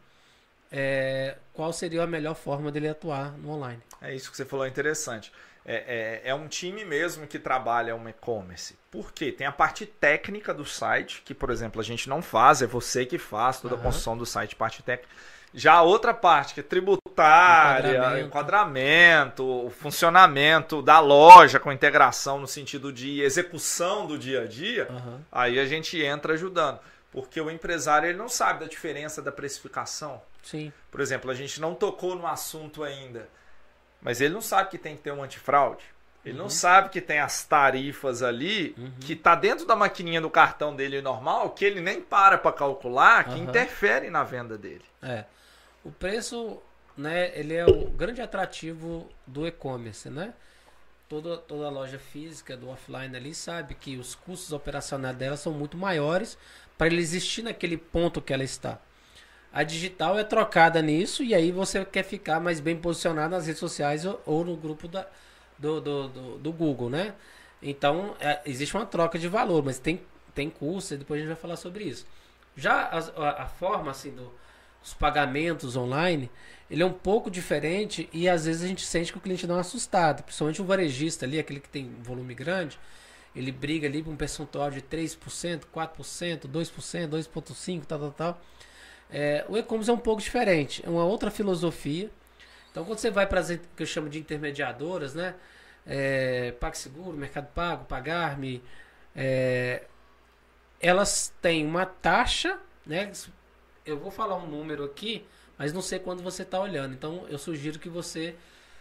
é, qual seria a melhor forma dele atuar no online. É isso que você falou, é interessante. É, é, é um time mesmo que trabalha um e-commerce. Por quê? Tem a parte técnica do site, que, por exemplo, a gente não faz, é você que faz toda a uhum. construção do site, parte técnica. Já a outra parte, que é tributária, enquadramento. enquadramento, funcionamento da loja com integração no sentido de execução do dia a dia, uhum. aí a gente entra ajudando. Porque o empresário ele não sabe da diferença da precificação. Sim. Por exemplo, a gente não tocou no assunto ainda, mas ele não sabe que tem que ter um antifraude. Ele uhum. não sabe que tem as tarifas ali, uhum. que está dentro da maquininha do cartão dele normal, que ele nem para para calcular, que uhum. interfere na venda dele. É. O preço, né, ele é o grande atrativo do e-commerce, né? Toda, toda loja física do offline ali sabe que os custos operacionais dela são muito maiores para ele existir naquele ponto que ela está. A digital é trocada nisso e aí você quer ficar mais bem posicionado nas redes sociais ou, ou no grupo da, do, do, do, do Google, né? Então, é, existe uma troca de valor, mas tem, tem custo e depois a gente vai falar sobre isso. Já a, a, a forma, assim, do, dos pagamentos online, ele é um pouco diferente e às vezes a gente sente que o cliente dá uma assustada, principalmente o varejista ali, aquele que tem volume grande, ele briga ali por um percentual de três por cento, quatro por cento, dois por cento, dois vírgula cinco por cento, tal, tal, tal. É, o e-commerce é um pouco diferente, é uma outra filosofia. Então, quando você vai para as que eu chamo de intermediadoras, né? É, PagSeguro, Mercado Pago, Pagar.me, é, elas têm uma taxa, né? Eu vou falar um número aqui, mas não sei quando você está olhando. Então, eu sugiro que você,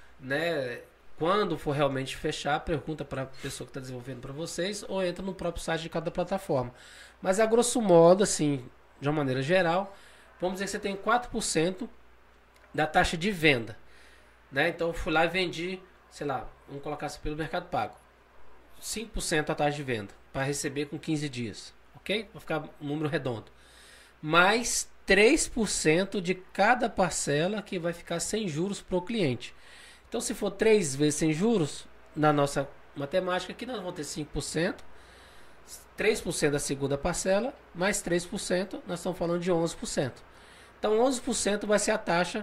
né, quando for realmente fechar, pergunta para a pessoa que está desenvolvendo para vocês ou entra no próprio site de cada plataforma. Mas, a grosso modo, assim, de uma maneira geral, vamos dizer que você tem quatro por cento da taxa de venda, né? Então eu fui lá e vendi, sei lá, vamos colocar assim pelo Mercado Pago, cinco por cento a taxa de venda, para receber com quinze dias, ok? Vai ficar um número redondo. Mais três por cento de cada parcela que vai ficar sem juros para o cliente. Então, se for três vezes sem juros, na nossa matemática aqui, nós vamos ter cinco por cento, três por cento da segunda parcela, mais três por cento, nós estamos falando de onze por cento. Então, onze por cento vai ser a taxa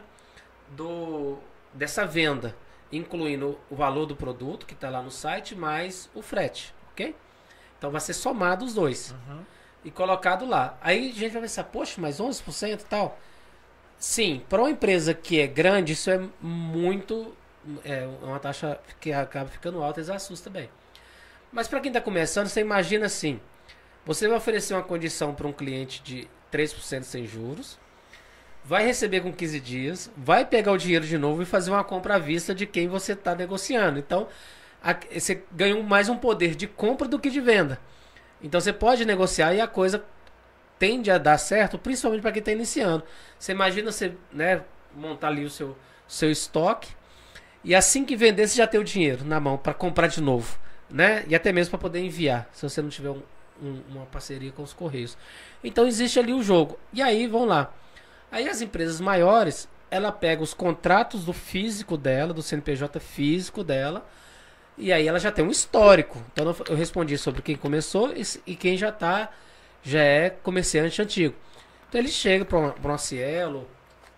do, dessa venda, incluindo o valor do produto que está lá no site, mais o frete, ok? Então, vai ser somado os dois. Uhum. E colocado lá. Aí a gente vai pensar, poxa, mas onze por cento e tal? Sim, para uma empresa que é grande, isso é muito... É uma taxa que acaba ficando alta, eles assustam bem. Mas para quem está começando, você imagina assim, você vai oferecer uma condição para um cliente de três por cento sem juros, vai receber com quinze dias, vai pegar o dinheiro de novo e fazer uma compra à vista de quem você está negociando. Então, a, você ganha mais um poder de compra do que de venda. Então, você pode negociar e a coisa tende a dar certo, principalmente para quem está iniciando. Você imagina você, né, montar ali o seu, seu estoque e assim que vender, você já tem o dinheiro na mão para comprar de novo. Né? E até mesmo para poder enviar, se você não tiver um, um, uma parceria com os Correios. Então existe ali o jogo. E aí, vamos lá. Aí as empresas maiores, ela pega os contratos do físico dela, do C N P J físico dela, e aí ela já tem um histórico. Então eu respondi sobre quem começou e, e quem já tá, já é comerciante antigo. Então ele chega para uma, pra uma Cielo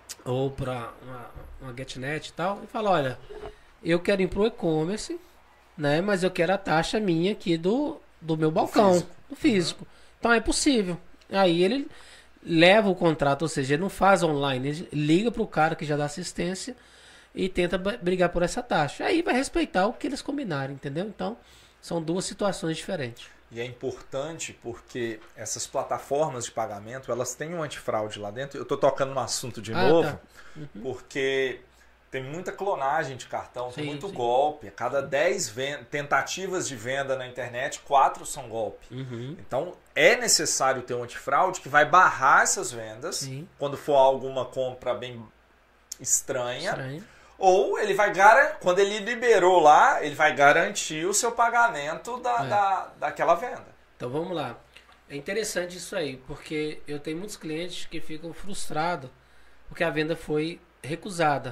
ou para uma, uma GetNet e tal, e fala, olha, eu quero ir pro e-commerce, né? Mas eu quero a taxa minha aqui do, do meu balcão, do físico. Do físico. Uhum. Então é possível. Aí ele leva o contrato, ou seja, ele não faz online, ele liga para o cara que já dá assistência e tenta brigar por essa taxa. Aí vai respeitar o que eles combinarem, entendeu? Então são duas situações diferentes. E é importante porque essas plataformas de pagamento, elas têm um antifraude lá dentro. Eu estou tocando no assunto de ah, novo, tá. Uhum. Porque... tem muita clonagem de cartão, sim, tem muito sim. golpe. A cada dez tentativas de venda na internet, quatro são golpe. Uhum. Então, é necessário ter um antifraude que vai barrar essas vendas, sim. quando for alguma compra bem estranha. Estranho. Ou ele vai garantir, quando ele liberou lá, ele vai garantir o seu pagamento da, é. da, daquela venda. Então, vamos lá. É interessante isso aí, porque eu tenho muitos clientes que ficam frustrados porque a venda foi recusada.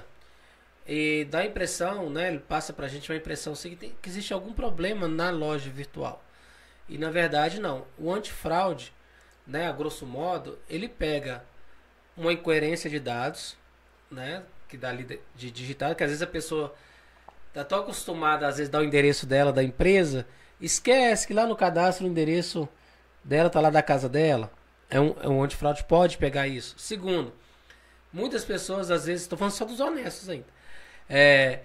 E dá a impressão, né, ele passa pra gente uma impressão assim, que, tem, que existe algum problema na loja virtual. E na verdade não. O antifraude, né, a grosso modo, ele pega uma incoerência de dados, né, que dá ali de, de digitar, que às vezes a pessoa tá tão acostumada, às vezes, a dar o endereço dela, da empresa, esquece que lá no cadastro o endereço dela tá lá da casa dela. É um, é um antifraude pode pegar isso. Segundo, muitas pessoas, às vezes, estou falando só dos honestos ainda, É,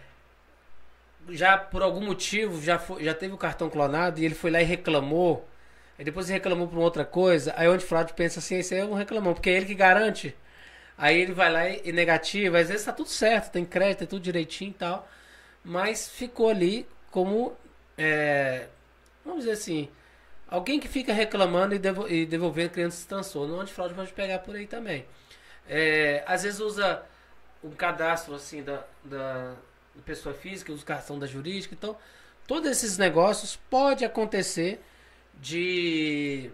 já por algum motivo já, foi, já teve o cartão clonado e ele foi lá e reclamou, aí depois ele reclamou por outra coisa, aí o antifraude pensa assim, esse aí é um reclamão, porque é ele que garante, aí ele vai lá e, e negativa, às vezes tá tudo certo, tem crédito, é tudo direitinho e tal, mas ficou ali como é, vamos dizer assim, alguém que fica reclamando e, devo, e devolvendo, criando esse transtorno. O antifraude pode pegar por aí também. É, às vezes usa um cadastro assim da, da pessoa física, usa o cartão da jurídica. Então, todos esses negócios pode acontecer de,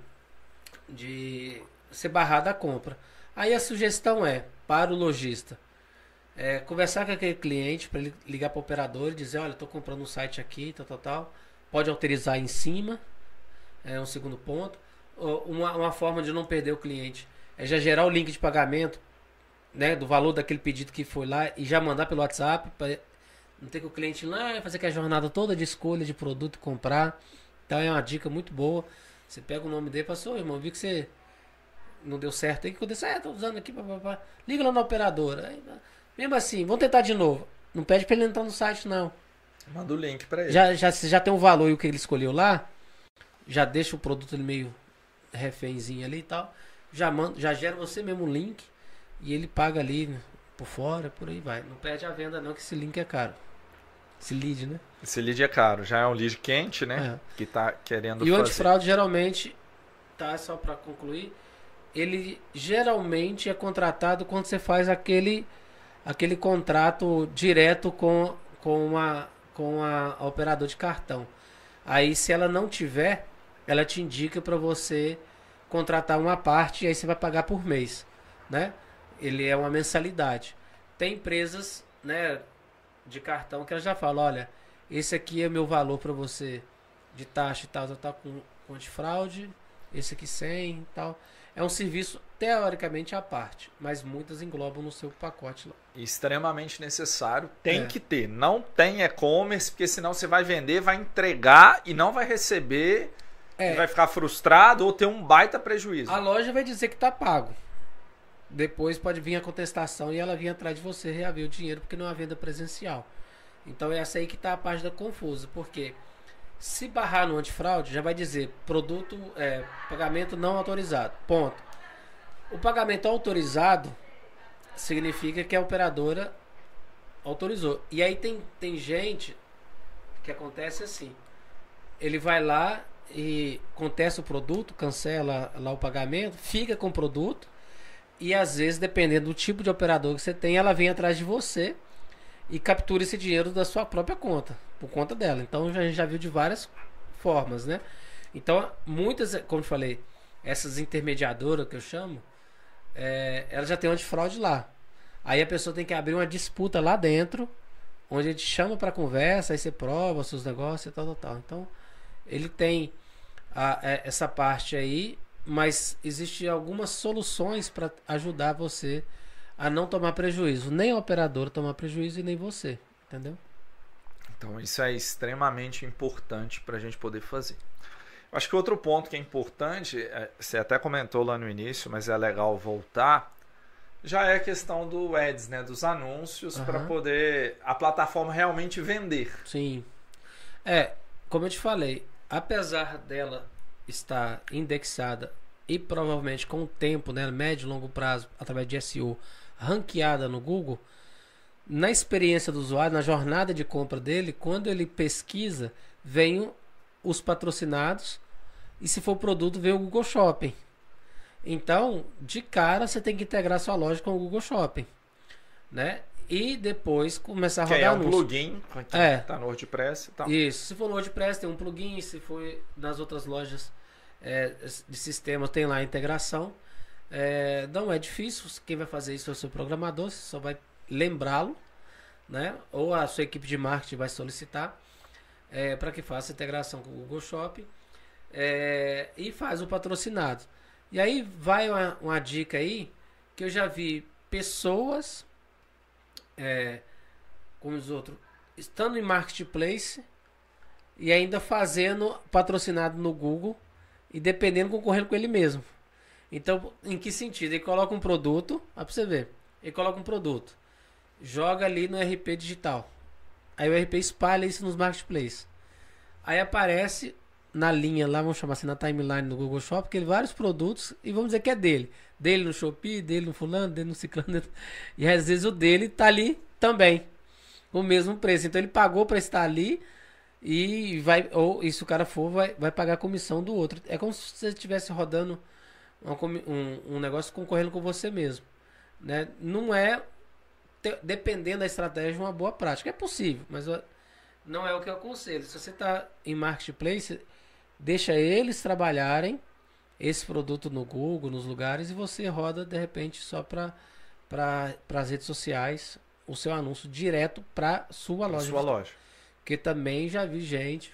de ser barrada a compra. Aí a sugestão é, para o lojista, é, conversar com aquele cliente, para ele ligar para o operador e dizer, olha, estou comprando um site aqui, tal, tal, tal. Pode autorizar em cima, é um segundo ponto. Uma, uma forma de não perder o cliente é já gerar o link de pagamento, né, do valor daquele pedido que foi lá e já mandar pelo WhatsApp, para não ter que o cliente ir lá fazer aquela jornada toda de escolha de produto e comprar. Então é uma dica muito boa. Você pega o nome dele e fala, ô irmão, vi que você não deu certo aí, que aconteceu? É, tô usando aqui, papapá. Liga lá na operadora. Aí, mesmo assim, vamos tentar de novo. Não pede para ele entrar no site, não. Manda o link para ele. Já, já, você já tem o valor e o que ele escolheu lá, já deixa o produto ali meio refénzinho ali e tal. Já, manda, já gera você mesmo o link e ele paga ali por fora, por aí vai. Não perde a venda não, que esse link é caro. Esse lead, né? Esse lead é caro. Já é um lead quente, né? É. Que tá querendo e fazer. O antifraude geralmente, tá, só para concluir, ele geralmente é contratado quando você faz aquele, aquele contrato direto com, com, uma, com a, a operadora de cartão. Aí, se ela não tiver, ela te indica para você contratar uma parte e aí você vai pagar por mês, né? Ele é uma mensalidade. Tem empresas, né, de cartão que ela já fala, olha, esse aqui é meu valor para você de taxa e tal, tá com, com antifraude, esse aqui cem e tal. É um serviço teoricamente à parte, mas muitas englobam no seu pacote lá. Extremamente necessário, tem É. que ter. Não tem e-commerce, porque senão você vai vender, vai entregar e não vai receber, É. e vai ficar frustrado ou ter um baita prejuízo. A loja vai dizer que tá pago. Depois pode vir a contestação e ela vir atrás de você reaver o dinheiro porque não há venda presencial. Então é essa aí que tá a página confusa, porque se barrar no antifraude, já vai dizer produto, é, pagamento não autorizado. Ponto. O pagamento autorizado significa que a operadora autorizou. E aí tem, tem gente que acontece assim. Ele vai lá e contesta o produto, cancela lá o pagamento, fica com o produto e às vezes, dependendo do tipo de operador que você tem, ela vem atrás de você e captura esse dinheiro da sua própria conta, por conta dela. Então a gente já viu de várias formas, né? Então, muitas, como eu falei, essas intermediadoras que eu chamo, é, ela já tem um antifraude lá. Aí a pessoa tem que abrir uma disputa lá dentro, onde a gente chama para conversa, aí você prova os seus negócios e tal, tal, tal. Então, ele tem a, a, essa parte aí, mas existem algumas soluções para ajudar você a não tomar prejuízo. Nem a operadora tomar prejuízo e nem você, entendeu? Então isso é extremamente importante para a gente poder fazer. Acho que outro ponto que é importante, você até comentou lá no início, mas é legal voltar, já é a questão do ads, né, dos anúncios, uhum, para poder a plataforma realmente vender. Sim. É, como eu te falei, apesar dela estar indexada e provavelmente com o tempo, né, médio e longo prazo, através de S E O, ranqueada no Google, na experiência do usuário, na jornada de compra dele, quando ele pesquisa, vem os patrocinados e se for produto, vem o Google Shopping. Então, de cara, você tem que integrar sua loja com o Google Shopping, né? E depois começar a rodar que é um anúncio. plugin que É. tá no WordPress e tal. Isso. Se for no WordPress, tem um plugin. Se for nas outras lojas é, de sistema, tem lá a integração. É, não é difícil. Quem vai fazer isso é o seu programador. Você só vai lembrá-lo, né? Ou a sua equipe de marketing vai solicitar é, para que faça a integração com o Google Shopping é, e faz o patrocinado. E aí vai uma, uma dica aí que eu já vi pessoas é, como os outros estando em marketplace e ainda fazendo patrocinado no Google e dependendo concorrendo com ele mesmo. Então, em que sentido? Ele coloca um produto, ó, pra você ver. Ele coloca um produto, joga ali no R P digital. Aí o R P espalha isso nos marketplaces. Aí aparece na linha lá, vamos chamar assim, na timeline do Google Shopping, que ele vários produtos e vamos dizer que é dele. Dele no Shopee, dele no fulano, dele no ciclano. E às vezes o dele tá ali também, com o mesmo preço. Então ele pagou para estar ali e vai, ou e se o cara for, vai, vai pagar a comissão do outro. É como se você estivesse rodando um, um negócio concorrendo com você mesmo, né? Não é, te, dependendo da estratégia, uma boa prática. É possível, mas não é o que eu aconselho. Se você está em marketplace, deixa eles trabalharem esse produto no Google, nos lugares, e você roda de repente só para para as redes sociais o seu anúncio direto para sua loja. Sua loja. Porque também já vi gente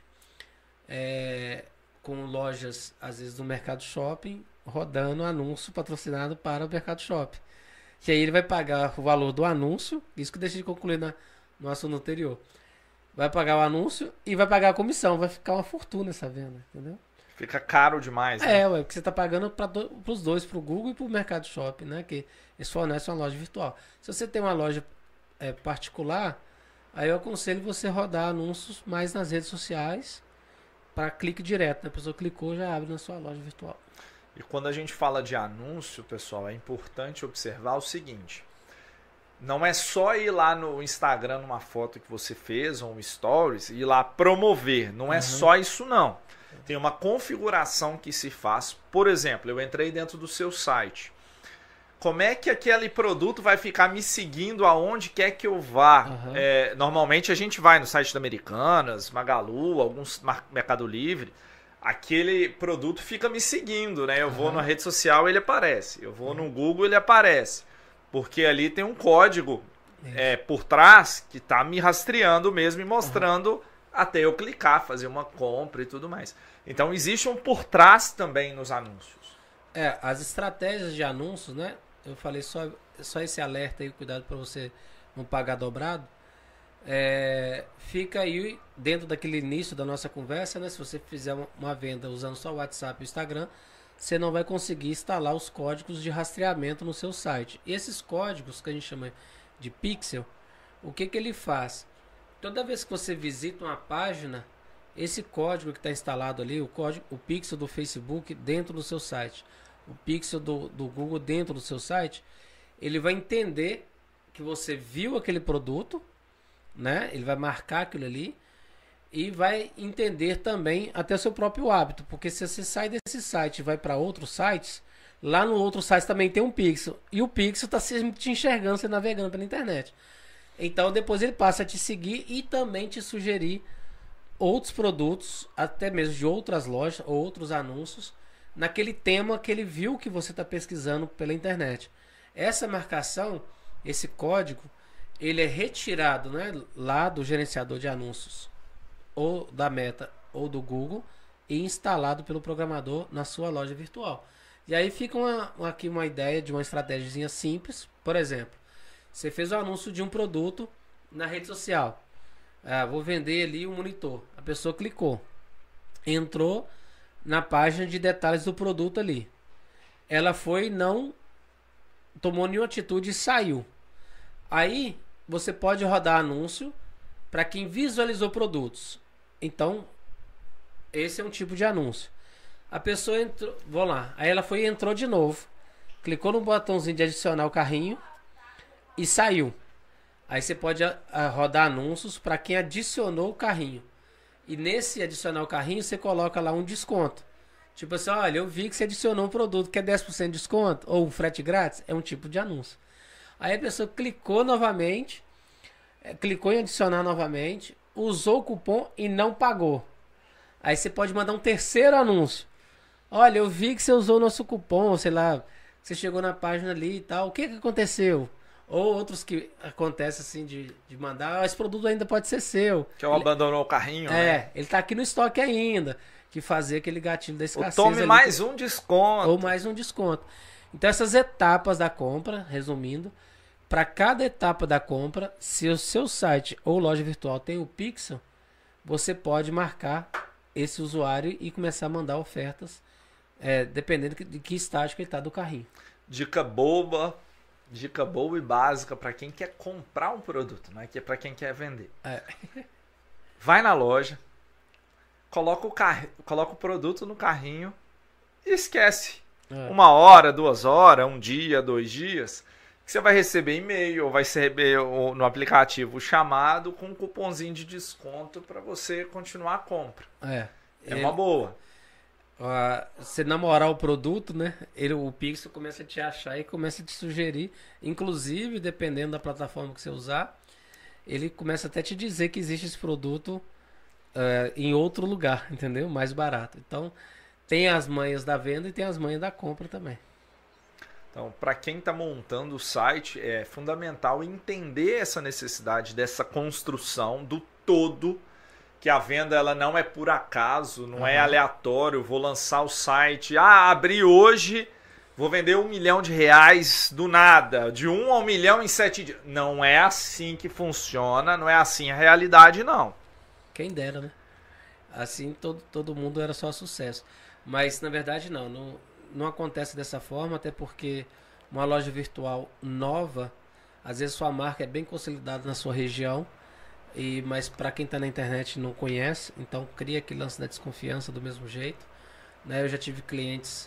é, com lojas, às vezes, no Mercado Shopping, rodando anúncio patrocinado para o Mercado Shopping. Que aí ele vai pagar o valor do anúncio, isso que eu deixei de concluir na, no assunto anterior. Vai pagar o anúncio e vai pagar a comissão. Vai ficar uma fortuna essa venda, entendeu? Fica caro demais, né? É, ué, porque você está pagando para do, os dois, para o Google e para o Mercado Shopping, né? Que eles fornecem uma loja virtual. Se você tem uma loja é, particular, aí eu aconselho você rodar anúncios mais nas redes sociais para clique direto, né? A pessoa clicou, já abre na sua loja virtual. E quando a gente fala de anúncio, pessoal, é importante observar o seguinte. Não é só ir lá no Instagram, numa foto que você fez, ou um stories, e ir lá promover. Não é uhum. só isso, não. Tem uma configuração que se faz. Por exemplo, eu entrei dentro do seu site. como é que aquele produto vai ficar me seguindo aonde quer que eu vá? Uhum. É, normalmente a gente vai no site da Americanas, Magalu, alguns Mercado Livre, aquele produto fica me seguindo, né? Eu uhum. vou na rede social, ele aparece. Eu vou uhum. no Google, ele aparece. Porque ali tem um código é, por trás que está me rastreando mesmo e mostrando uhum. até eu clicar, fazer uma compra e tudo mais. Então existe um por trás também nos anúncios. É, as estratégias de anúncios, né? Eu falei só, só esse alerta aí, cuidado para você não pagar dobrado. É, fica aí dentro daquele início da nossa conversa, né? Se você fizer uma venda usando só o WhatsApp e o Instagram, você não vai conseguir instalar os códigos de rastreamento no seu site. E esses códigos que a gente chama de pixel, o que que ele faz? Toda vez que você visita uma página, esse código que está instalado ali, o código, o pixel do Facebook dentro do seu site, o pixel do, do Google dentro do seu site, ele vai entender que você viu aquele produto, né? Ele vai marcar aquilo ali e vai entender também até o seu próprio hábito, porque se você sai desse site e vai para outros sites, lá no outro site também tem um pixel e o pixel está te enxergando, você navegando pela internet. Então depois ele passa a te seguir e também te sugerir outros produtos, até mesmo de outras lojas, outros anúncios, naquele tema que ele viu que você está pesquisando pela internet. Essa marcação, esse código, ele é retirado, né, lá do gerenciador de anúncios, ou da Meta, ou do Google, e instalado pelo programador na sua loja virtual. E aí fica uma, aqui uma ideia de uma estratégia simples. Por exemplo, você fez o anúncio de um produto na rede social. Ah, vou vender ali um monitor. A pessoa clicou, entrou na página de detalhes do produto ali. Ela foi, não tomou nenhuma atitude e saiu. Aí você pode rodar anúncio para quem visualizou produtos. Então, esse é um tipo de anúncio. A pessoa entrou, vou lá, aí ela foi e entrou de novo, clicou no botãozinho de adicionar o carrinho e saiu. Aí você pode a, a, rodar anúncios para quem adicionou o carrinho. E nesse adicionar o carrinho, você coloca lá um desconto. Tipo assim, olha, eu vi que você adicionou um produto que é dez por cento de desconto, ou um frete grátis, é um tipo de anúncio. Aí a pessoa clicou novamente, clicou em adicionar novamente, usou o cupom e não pagou. Aí você pode mandar um terceiro anúncio. Olha, eu vi que você usou o nosso cupom, sei lá, você chegou na página ali e tal, o que que aconteceu? Ou outros que acontece assim de, de mandar, ah, esse produto ainda pode ser seu. Que eu abandonou o carrinho, é, né? Ele tá aqui no estoque ainda. Que fazer aquele gatilho da escassez. Ou tome ali, mais que... um desconto. Ou mais um desconto. Então essas etapas da compra, resumindo, para cada etapa da compra, se o seu site ou loja virtual tem o pixel, você pode marcar esse usuário e começar a mandar ofertas, é, dependendo de que estágio que ele está do carrinho. Dica boba, dica boa e básica para quem quer comprar um produto, não é que é para quem quer vender. É. Vai na loja, coloca o, car... coloca o produto no carrinho e esquece. É. Uma hora, duas horas, um dia, dois dias, que você vai receber e-mail ou vai receber no aplicativo o chamado com um cupomzinho de desconto para você continuar a compra. É, é uma boa. Uh, você namorar o produto, né? Ele, o Pixel começa a te achar e começa a te sugerir. Inclusive, dependendo da plataforma que você usar, ele começa até a te dizer que existe esse produto uh, em outro lugar, entendeu? Mais barato. Então, tem as manhas da venda e tem as manhas da compra também. Então, para quem está montando o site, é fundamental entender essa necessidade dessa construção do todo, que a venda ela não é por acaso, não uhum. é aleatório, vou lançar o site, ah, abri hoje, vou vender um milhão de reais do nada, de um a um milhão em sete dias. Não é assim que funciona, não é assim a realidade, não. Quem dera, né? Assim todo, todo mundo era só sucesso. Mas, na verdade, não, não, não acontece dessa forma, até porque uma loja virtual nova, às vezes sua marca é bem consolidada na sua região, E, mas para quem está na internet e não conhece, então cria aquele lance da desconfiança do mesmo jeito, né? Eu já tive clientes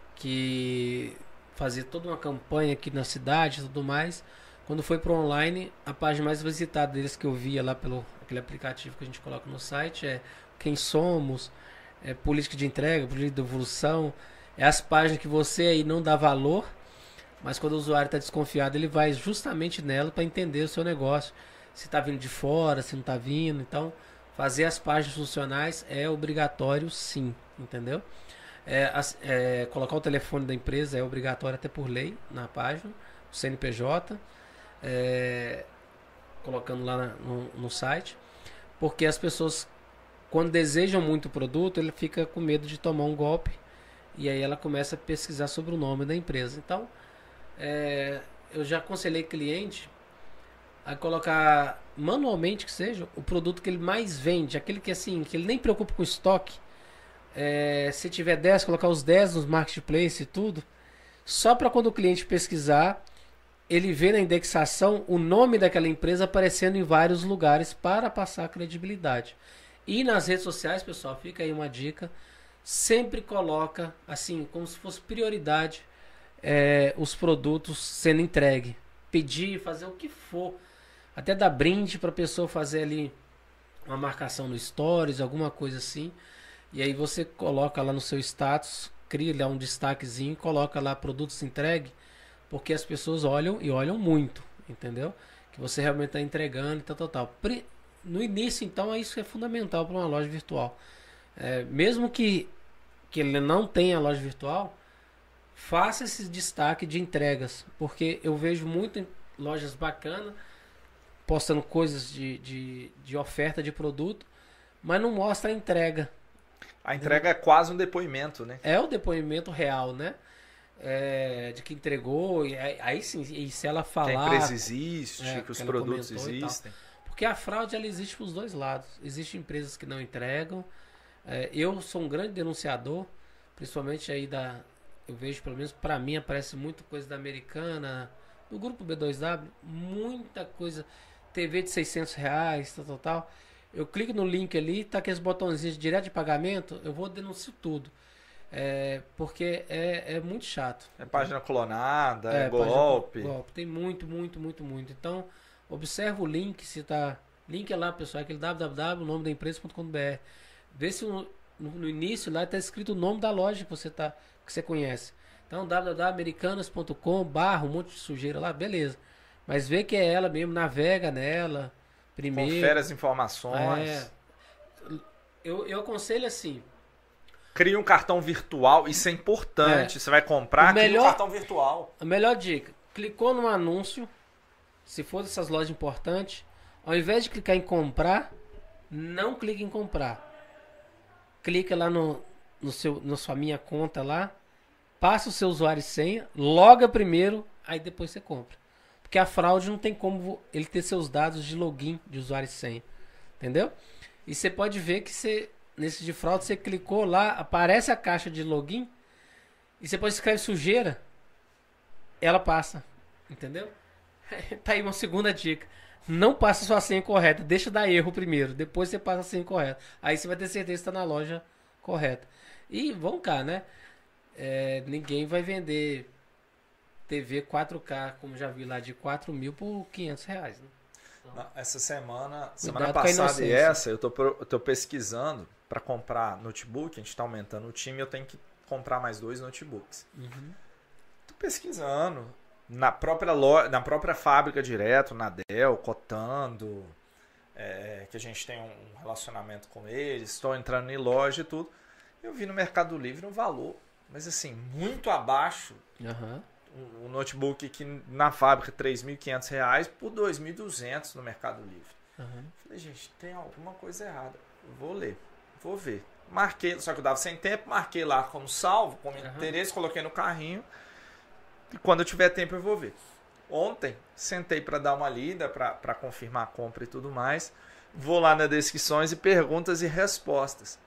que faziam toda uma campanha aqui na cidade e tudo mais. Quando foi para online, a página mais visitada deles que eu via lá pelo aquele aplicativo que a gente coloca no site é quem somos, é política de entrega, política de devolução, é as páginas que você aí não dá valor, Mas quando o usuário está desconfiado, ele vai justamente nela para entender o seu negócio. Se está vindo de fora, se não está vindo. Então, fazer as páginas funcionais é obrigatório, sim, entendeu? É, as, é, colocar o telefone da empresa é obrigatório até por lei na página, o C N P J, é, colocando lá na, no, no site, porque as pessoas, quando desejam muito o produto, ele fica com medo de tomar um golpe e aí ela começa a pesquisar sobre o nome da empresa. Então, é, eu já aconselhei cliente a colocar manualmente, que seja, o produto que ele mais vende, aquele que assim, que ele nem preocupa com estoque. É, se tiver dez, colocar os dez nos marketplace e tudo, só para quando o cliente pesquisar, ele vê na indexação o nome daquela empresa aparecendo em vários lugares para passar credibilidade. E nas redes sociais, pessoal, fica aí uma dica, sempre coloca assim, como se fosse prioridade, é, os produtos sendo entregue, pedir, fazer o que for, até dar brinde para a pessoa fazer ali uma marcação no Stories, alguma coisa assim. E aí você coloca lá no seu status, cria lá um destaquezinho, coloca lá produtos entregue, porque as pessoas olham e olham muito, entendeu? Que você realmente está entregando e tal, tal, tal. No início, então, isso é fundamental para uma loja virtual. É, mesmo que, que ele não tenha loja virtual, faça esse destaque de entregas, porque eu vejo muito lojas bacanas postando coisas de, de, de oferta de produto, mas não mostra a entrega. A entrega é quase um depoimento, né? É o depoimento real, né? É, de que entregou, e aí, aí sim, e se ela falar... Que a empresa existe, é, que os que produtos existem. Porque a fraude, ela existe para os dois lados. Existem empresas que não entregam. É, eu sou um grande denunciador, principalmente aí da... Eu vejo, pelo menos para mim, aparece muita coisa da Americana, do grupo B dois W, muita coisa, T V de seiscentos reais, tal, tal, tal. Eu clico no link ali, tá aqueles botãozinhos de direto de pagamento, eu vou denunciar tudo. É, porque é, é muito chato. É página clonada, é, é golpe. golpe. Tem muito, muito, muito, muito. Então, observa o link, se tá... Link é lá, pessoal, é aquele w w w ponto nome da empresa ponto com ponto b r. Vê se no, no início lá tá escrito o nome da loja que você, tá, que você conhece. Então, w w w ponto americanas ponto com barra, um monte de sujeira lá, beleza. Mas vê que é ela mesmo, navega nela primeiro. Confere as informações. É, eu, eu aconselho assim... Cria um cartão virtual, isso é importante. É. Você vai comprar, melhor, cria um cartão virtual. A melhor dica, clicou no anúncio, se for dessas lojas importantes, ao invés de clicar em comprar, não clique em comprar. Clica lá no, no seu, na sua minha conta lá, passa o seu usuário e senha, loga primeiro, aí depois você compra. Porque a fraude não tem como ele ter seus dados de login de usuário e senha. Entendeu? E você pode ver que você... Nesse de fraude, você clicou lá, aparece a caixa de login e você pode escrever sujeira, ela passa, entendeu? Tá aí uma segunda dica. Não passa sua senha correta, deixa dar erro primeiro, depois você passa a senha correta. Aí você vai ter certeza que está na loja correta. E vamos cá, né? É, ninguém vai vender T V quatro K, como já vi lá, de quatro mil por quinhentos reais, né? Então, essa semana, semana passada e essa, eu tô, eu tô pesquisando para comprar notebook, a gente está aumentando o time, eu tenho que comprar mais dois notebooks. Uhum. Tô pesquisando na própria loja, na própria fábrica direto, na Dell, cotando, é, que a gente tem um relacionamento com eles, estou entrando em loja e tudo. Eu vi no Mercado Livre um valor, mas assim, muito abaixo. Uhum. Um, um notebook que na fábrica três mil e quinhentos reais por dois mil e duzentos no Mercado Livre. Uhum. Falei, gente, tem alguma coisa errada. Eu vou ler. Vou ver. Marquei, só que eu dava sem tempo, marquei lá como salvo, como uhum. interesse, coloquei no carrinho. E quando eu tiver tempo eu vou ver. Ontem, sentei para dar uma lida, para confirmar a compra e tudo mais. Vou lá nas descrições e perguntas e respostas.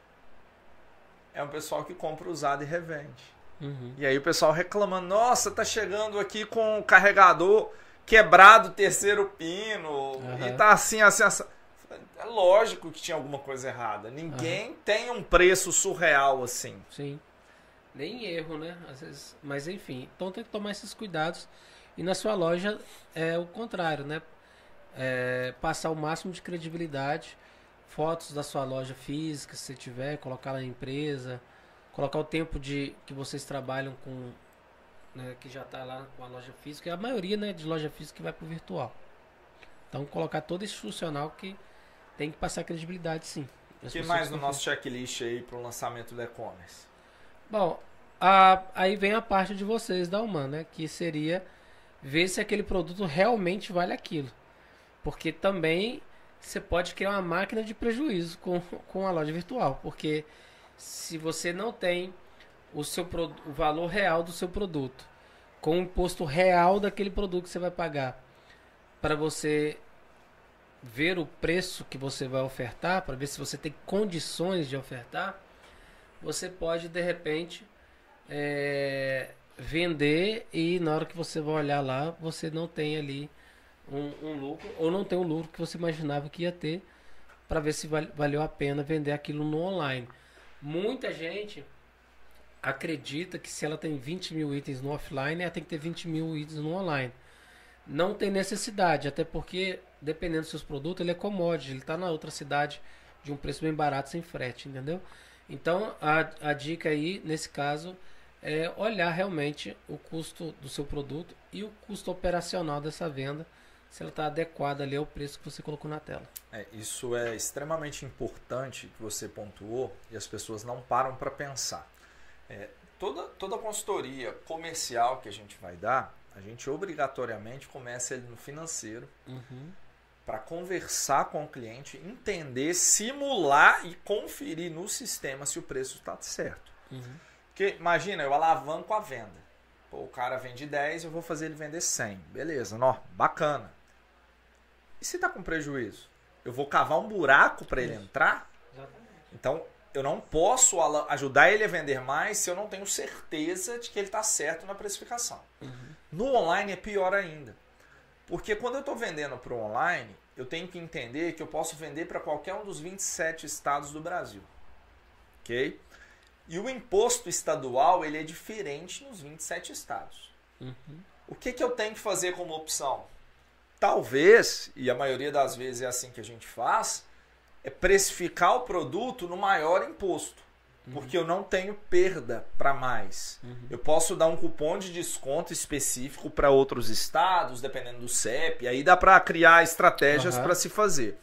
É um pessoal que compra usado e revende. Uhum. E aí o pessoal reclamando, nossa, tá chegando aqui com o carregador quebrado, terceiro pino, uhum. e tá assim, assim, assim. É lógico que tinha alguma coisa errada. Ninguém uhum. tem um preço surreal assim. Sim. Nem erro, né? Às vezes, mas enfim, então tem que tomar esses cuidados. E na sua loja é o contrário, né? É passar o máximo de credibilidade. Fotos da sua loja física, se você tiver, colocar na empresa, colocar o tempo de que vocês trabalham com né, que já está lá com a loja física, e a maioria, né, de loja física que vai para o virtual. Então, colocar todo esse funcional que tem que passar credibilidade, sim. O que mais no nosso checklist aí para o lançamento do e-commerce? Bom, a, aí vem a parte de vocês da Human, né, que seria ver se aquele produto realmente vale aquilo. Porque também você pode criar uma máquina de prejuízo com, com a loja virtual. Porque se você não tem o, seu, o valor real do seu produto, com o imposto real daquele produto que você vai pagar, para você ver o preço que você vai ofertar, para ver se você tem condições de ofertar, você pode, de repente, é, vender e na hora que você vai olhar lá, você não tem ali um, um lucro, ou não tem o lucro que você imaginava que ia ter, para ver se val, valeu a pena vender aquilo no online. Muita gente acredita que se ela tem vinte mil itens no offline, ela tem que ter vinte mil itens no online. Não tem necessidade, até porque, dependendo dos seus produtos, ele é commodity, ele está na outra cidade de um preço bem barato, sem frete, entendeu? Então, a, a dica aí, nesse caso, é olhar realmente o custo do seu produto e o custo operacional dessa venda, se ela está adequada ali ao preço que você colocou na tela. É, isso é extremamente importante que você pontuou e as pessoas não param para pensar. É, toda, toda consultoria comercial que a gente vai dar, a gente obrigatoriamente começa ele no financeiro, uhum, para conversar com o cliente, entender, simular e conferir no sistema se o preço está certo. Uhum. Porque imagina, eu alavanco a venda. Pô, o cara vende dez, eu vou fazer ele vender cem. Beleza, não, bacana. E se está com prejuízo? Eu vou cavar um buraco para ele entrar? Exatamente. Então, eu não posso ajudar ele a vender mais se eu não tenho certeza de que ele está certo na precificação. Uhum. No online é pior ainda. Porque quando eu estou vendendo para o online, eu tenho que entender que eu posso vender para qualquer um dos vinte e sete estados do Brasil. Ok? E o imposto estadual ele é diferente nos vinte e sete estados. Uhum. O que, que eu tenho que fazer como opção? Talvez, e a maioria das vezes é assim que a gente faz, é precificar o produto no maior imposto. Uhum. Porque eu não tenho perda para mais. Uhum. Eu posso dar um cupom de desconto específico para outros estados, dependendo do C E P. Aí dá para criar estratégias uhum. para se fazer.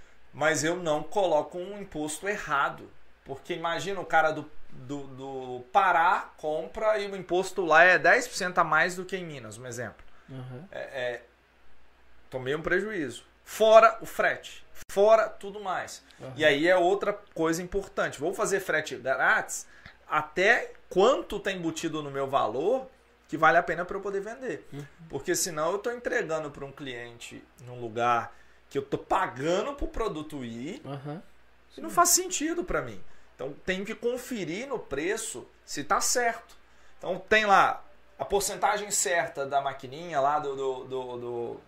Mas eu não coloco um imposto errado. Porque imagina o cara do, do, do Pará compra e o imposto lá é dez por cento a mais do que em Minas, um exemplo. Uhum. É, é, tomei um prejuízo. Fora o frete. Fora tudo mais. Uhum. E aí é outra coisa importante. Vou fazer frete grátis até quanto tem embutido no meu valor que vale a pena para eu poder vender. Uhum. Porque senão eu estou entregando para um cliente num lugar que eu estou pagando para o produto ir uhum. e não faz sentido para mim. Então tem que conferir no preço se está certo. Então tem lá a porcentagem certa da maquininha lá do... do, do, do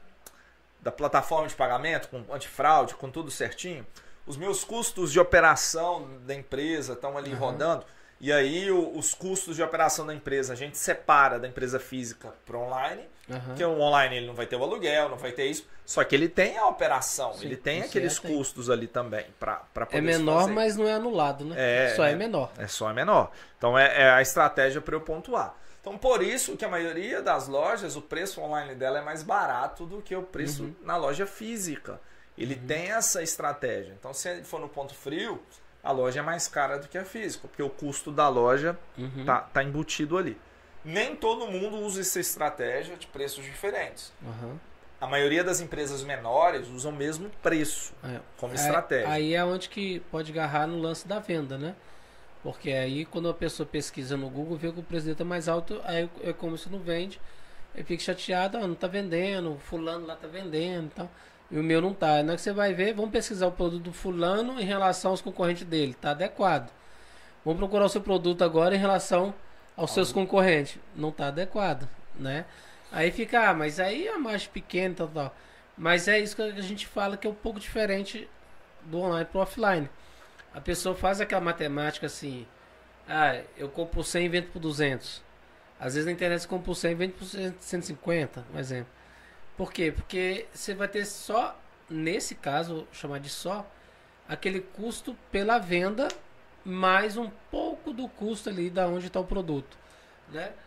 da plataforma de pagamento, com antifraude, com tudo certinho. Os meus custos de operação da empresa estão ali uhum. rodando. E aí o, os custos de operação da empresa a gente separa da empresa física para o online. Uhum. Porque o online ele não vai ter o aluguel, não vai ter isso. Só que ele tem a operação, sim, ele tem aqueles é, custos tem. ali também para poder É menor, mas não é anulado, né? É, só é, é menor. É só é menor. Então é, é a estratégia para eu pontuar. Então, por isso que a maioria das lojas, o preço online dela é mais barato do que o preço uhum. na loja física. Ele uhum. tem essa estratégia. Então, se ele for no ponto frio, a loja é mais cara do que a física, porque o custo da loja uhum. tá, tá embutido ali. Nem todo mundo usa essa estratégia de preços diferentes. Uhum. A maioria das empresas menores usam o mesmo preço é. como estratégia. É, aí é onde que pode agarrar no lance da venda, né? Porque aí quando a pessoa pesquisa no Google, vê que o preço é mais alto, aí é como se não vende, aí fica chateado, ah, não tá vendendo, fulano lá tá vendendo e tal, e o meu não tá. Aí na hora que você vai ver, vamos pesquisar o produto do fulano em relação aos concorrentes dele, tá adequado. Vamos procurar o seu produto agora em relação aos seus concorrentes, não tá adequado, né? Aí fica, ah, mas aí é a margem pequena e tal, tal. Mas é isso que a gente fala que é um pouco diferente do online pro offline. A pessoa faz aquela matemática assim, ah, eu compro por cem e vendo por duzentos. Às vezes na internet você compra por cem e vende por cento e cinquenta, por exemplo. Por quê? Porque você vai ter só, nesse caso, vou chamar de só, aquele custo pela venda, mais um pouco do custo ali da onde está o produto, né?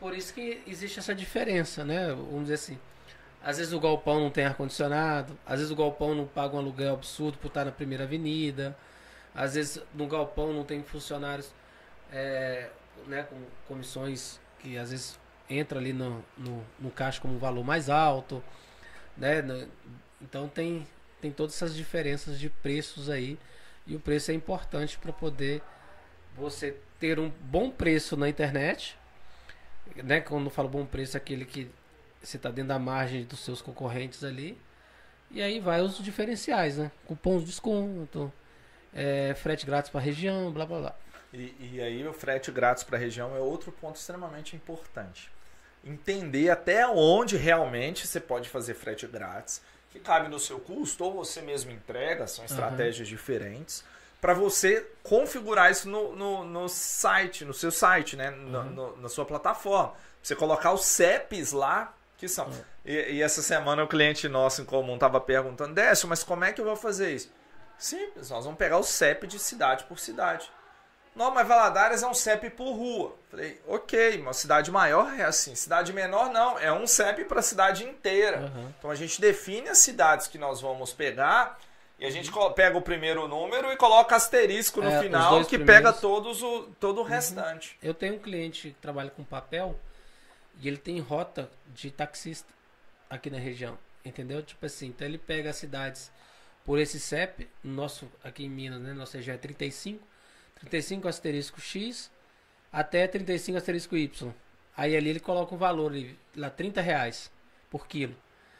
por isso que existe essa diferença, né? Vamos dizer assim. Às vezes o galpão não tem ar-condicionado, às vezes o galpão não paga um aluguel absurdo por estar na primeira avenida, às vezes no galpão não tem funcionários é, né, com comissões que às vezes entra ali no, no, no caixa como um valor mais alto, né? Então tem, tem todas essas diferenças de preços aí, e o preço é importante para poder você ter um bom preço na internet, né? Quando eu falo bom preço, é aquele que você está dentro da margem dos seus concorrentes ali. E aí vai os diferenciais, né? Cupom de desconto, é, frete grátis para a região, blá blá blá. E, e aí o frete grátis para a região é outro ponto extremamente importante. Entender até onde realmente você pode fazer frete grátis, que cabe no seu custo, ou você mesmo entrega, são estratégias uhum. diferentes, para você configurar isso no, no, no site, no seu site, né? Uhum. No, no, na sua plataforma. Você colocar os C E Ps lá, que são. Uhum. E, e essa semana o cliente nosso em comum estava perguntando, Décio, mas como é que eu vou fazer isso? Simples, nós vamos pegar o C E P de cidade por cidade. Não, mas Valadares é um C E P por rua. Falei, ok, uma cidade maior é assim. Cidade menor não, é um C E P para a cidade inteira. Uhum. Então a gente define as cidades que nós vamos pegar e a gente uhum. pega o primeiro número e coloca asterisco no é, final que primeiros. pega todos o, todo o uhum. restante. Eu tenho um cliente que trabalha com papel e ele tem rota de taxista aqui na região, entendeu? Tipo assim, então ele pega as cidades por esse C E P, nosso aqui em Minas, né? Nossa região é trinta e cinco. trinta e cinco asterisco X até trinta e cinco asterisco Y. Aí ali ele coloca um valor ali, lá trinta reais por quilo.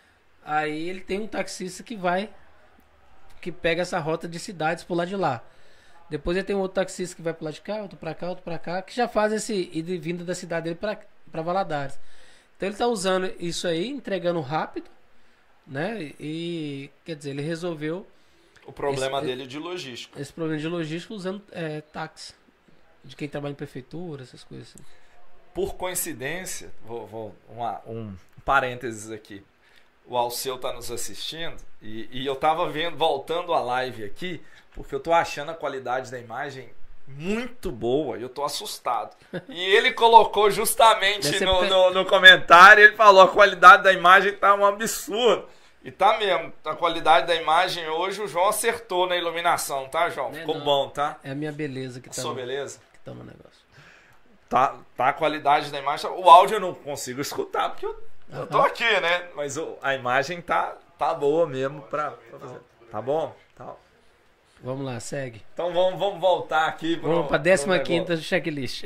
Aí ele tem um taxista que vai, que pega essa rota de cidades por lá de lá. Depois ele tem um outro taxista que vai por lá de cá, outro pra cá, outro pra cá, que já faz esse ida e vinda da cidade dele pra, pra Valadares. Então ele tá usando isso aí, entregando rápido, né? E quer dizer, ele resolveu o problema esse, dele é de logística. Esse problema de logística usando é, táxi. De quem trabalha em prefeitura, essas coisas assim. Por coincidência, vou, vou uma, um parênteses aqui. O Alceu está nos assistindo e, e eu estava vendo, voltando a live aqui, porque eu estou achando a qualidade da imagem muito boa e eu estou assustado. E ele colocou justamente no, no, no comentário, ele falou, a qualidade da imagem está um absurdo. E tá mesmo, a qualidade da imagem hoje, o João acertou na iluminação, tá, João? Não Ficou é não. bom, tá? É a minha beleza que tá, Sua no, beleza? que tá no negócio. Tá, tá a qualidade da imagem. O áudio eu não consigo escutar, porque eu, uhum. eu tô aqui, né? Mas o, a imagem tá, tá boa mesmo pra, pra fazer. Tá bom? Tá. Vamos lá, segue. Então vamos, vamos voltar aqui. Pro, vamos pra décima quinta do checklist.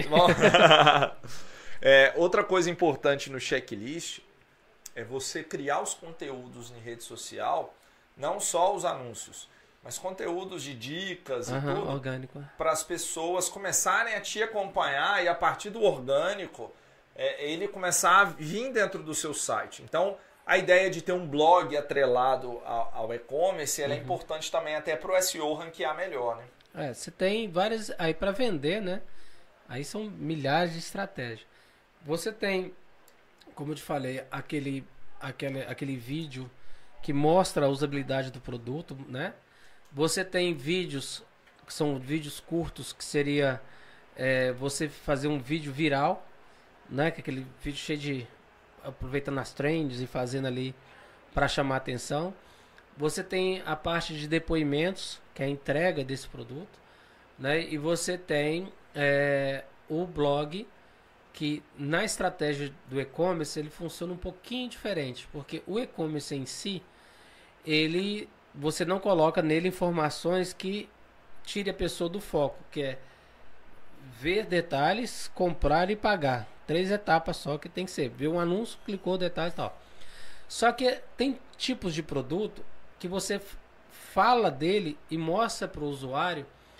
é, outra coisa importante no checklist é você criar os conteúdos em rede social, não só os anúncios, mas conteúdos de dicas uhum, e tudo, orgânico, para as pessoas começarem a te acompanhar e a partir do orgânico, é, ele começar a vir dentro do seu site. Então, a ideia de ter um blog atrelado ao, ao e-commerce, ela uhum. é importante também até para o S E O ranquear melhor, né? É, você tem várias aí para vender, né? Aí são milhares de estratégias. Você tem, como eu te falei, aquele, aquele, aquele vídeo que mostra a usabilidade do produto, né? Você tem vídeos que são vídeos curtos, que seria é, você fazer um vídeo viral, né? Que é aquele vídeo cheio de aproveitando as trends e fazendo ali para chamar atenção. Você tem a parte de depoimentos, que é a entrega desse produto, né? E você tem é, o blog, que na estratégia do e-commerce ele funciona um pouquinho diferente, porque o e-commerce em si, ele, você não coloca nele informações que tire a pessoa do foco, que é ver detalhes, comprar e pagar. Três etapas só que tem que ser. Ver um anúncio, clicou, detalhes e tal. Só que tem tipos de produto que você fala dele e mostra para o usuário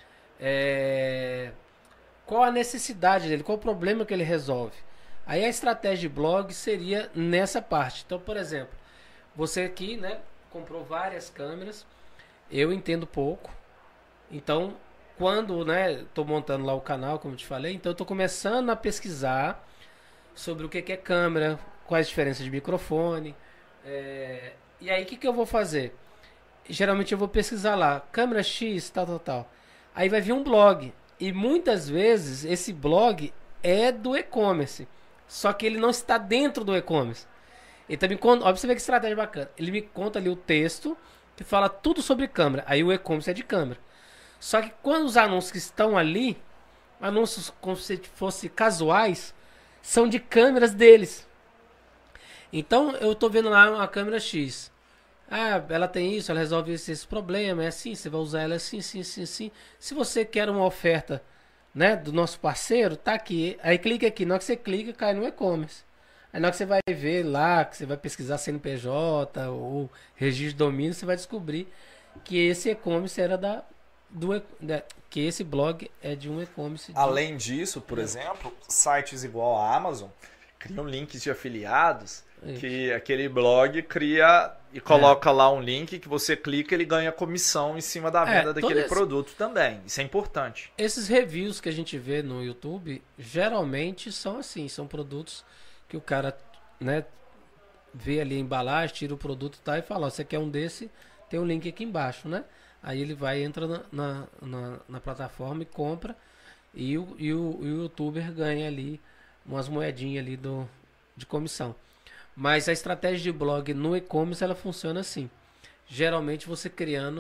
é, qual a necessidade dele, qual o problema que ele resolve. Aí a estratégia de blog seria nessa parte. Então, por exemplo, você aqui, né, comprou várias câmeras, eu entendo pouco, então quando, né, tô montando lá o canal, como eu te falei, então eu tô começando a pesquisar sobre o que é câmera, quais as diferenças de microfone, é, e aí o que que eu vou fazer? Geralmente eu vou pesquisar lá, câmera X, tal, tal, tal. Aí vai vir um blog, e muitas vezes esse blog é do e-commerce. só que ele não está dentro do e-commerce. Ele também conta, olha pra você ver que estratégia bacana. Ele me conta ali o texto que fala tudo sobre câmera. Aí o e-commerce é de câmera. Só que quando os anúncios que estão ali, anúncios como se fossem casuais, são de câmeras deles. Então eu tô vendo lá uma câmera X. Ah, ela tem isso, ela resolve esse, esse problema, é assim, você vai usar ela assim, assim, assim, assim. Se você quer uma oferta, né, do nosso parceiro, tá aqui. Aí clica aqui, na hora que você clica, cai no e-commerce. Aí na hora que você vai ver lá, que você vai pesquisar C N P J ou registro de domínio, você vai descobrir que esse e-commerce era da, do, da, que esse blog é de um e-commerce. De... Além disso, por é. exemplo, sites igual a Amazon criam links de afiliados. Isso. Que aquele blog cria e coloca é. lá um link que você clica e ele ganha comissão em cima da venda é, daquele esse... produto também. Isso é importante. Esses reviews que a gente vê no YouTube, geralmente são assim, são produtos que o cara, né, vê ali a embalagem, tira o produto, tá, e fala, ó, você quer um desse, tem um link aqui embaixo, né? Aí ele vai, entra na, na, na, na plataforma e compra e o, e, o, e o youtuber ganha ali umas moedinhas ali do, de comissão. Mas a estratégia de blog no e-commerce, ela funciona assim. Geralmente você criando...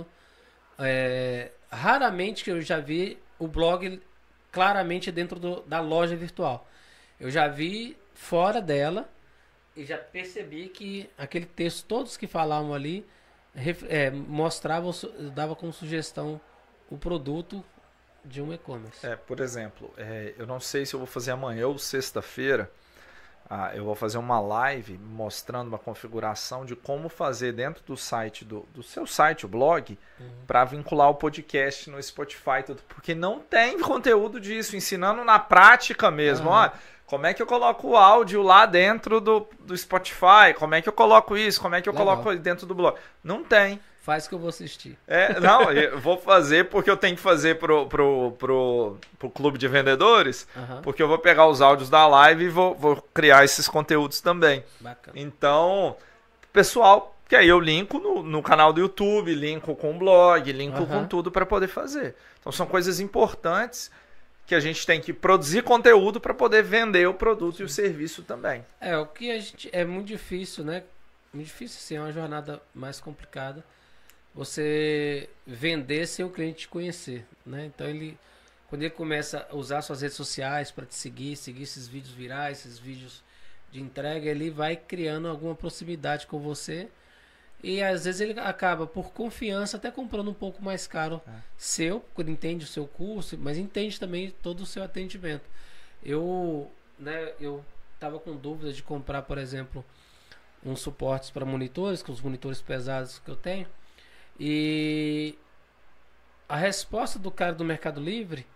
É, raramente que eu já vi o blog claramente dentro do, da loja virtual. Eu já vi fora dela e já percebi que aquele texto, todos que falavam ali, é, mostravam, dava como sugestão o produto de um e-commerce. É, por exemplo, é, eu não sei se eu vou fazer amanhã ou sexta-feira. Ah, eu vou fazer uma live mostrando uma configuração de como fazer dentro do site, do, do seu site, o blog, uhum. para vincular o podcast no Spotify, tudo, porque não tem conteúdo disso, ensinando na prática mesmo. Uhum. Ó, como é que eu coloco o áudio lá dentro do, do Spotify, como é que eu coloco isso, como é que eu Legal. coloco dentro do blog. Não tem. Faz que eu vou assistir. É, não, eu vou fazer porque eu tenho que fazer pro, pro, pro, pro clube de vendedores, uhum. porque eu vou pegar os áudios da live e vou, vou criar esses conteúdos também. Bacana. Então, pessoal, que aí eu linko no, no canal do YouTube, linko com o blog, linko uhum. com tudo para poder fazer. Então são coisas importantes que a gente tem que produzir conteúdo para poder vender o produto Sim. e o serviço também. É, o que a gente é muito difícil, né? Muito difícil, sim, é uma jornada mais complicada. Você vender sem o cliente te conhecer, né? Então ele, quando ele começa a usar suas redes sociais para te seguir, seguir esses vídeos virais, esses vídeos de entrega, ele vai criando alguma proximidade com você e às vezes ele acaba por confiança até comprando um pouco mais caro é. seu, porque entende o seu curso, mas entende também todo o seu atendimento. Eu, né? Eu tava com dúvida de comprar, por exemplo, uns suportes para monitores, com os monitores pesados que eu tenho. E a resposta do cara do Mercado Livre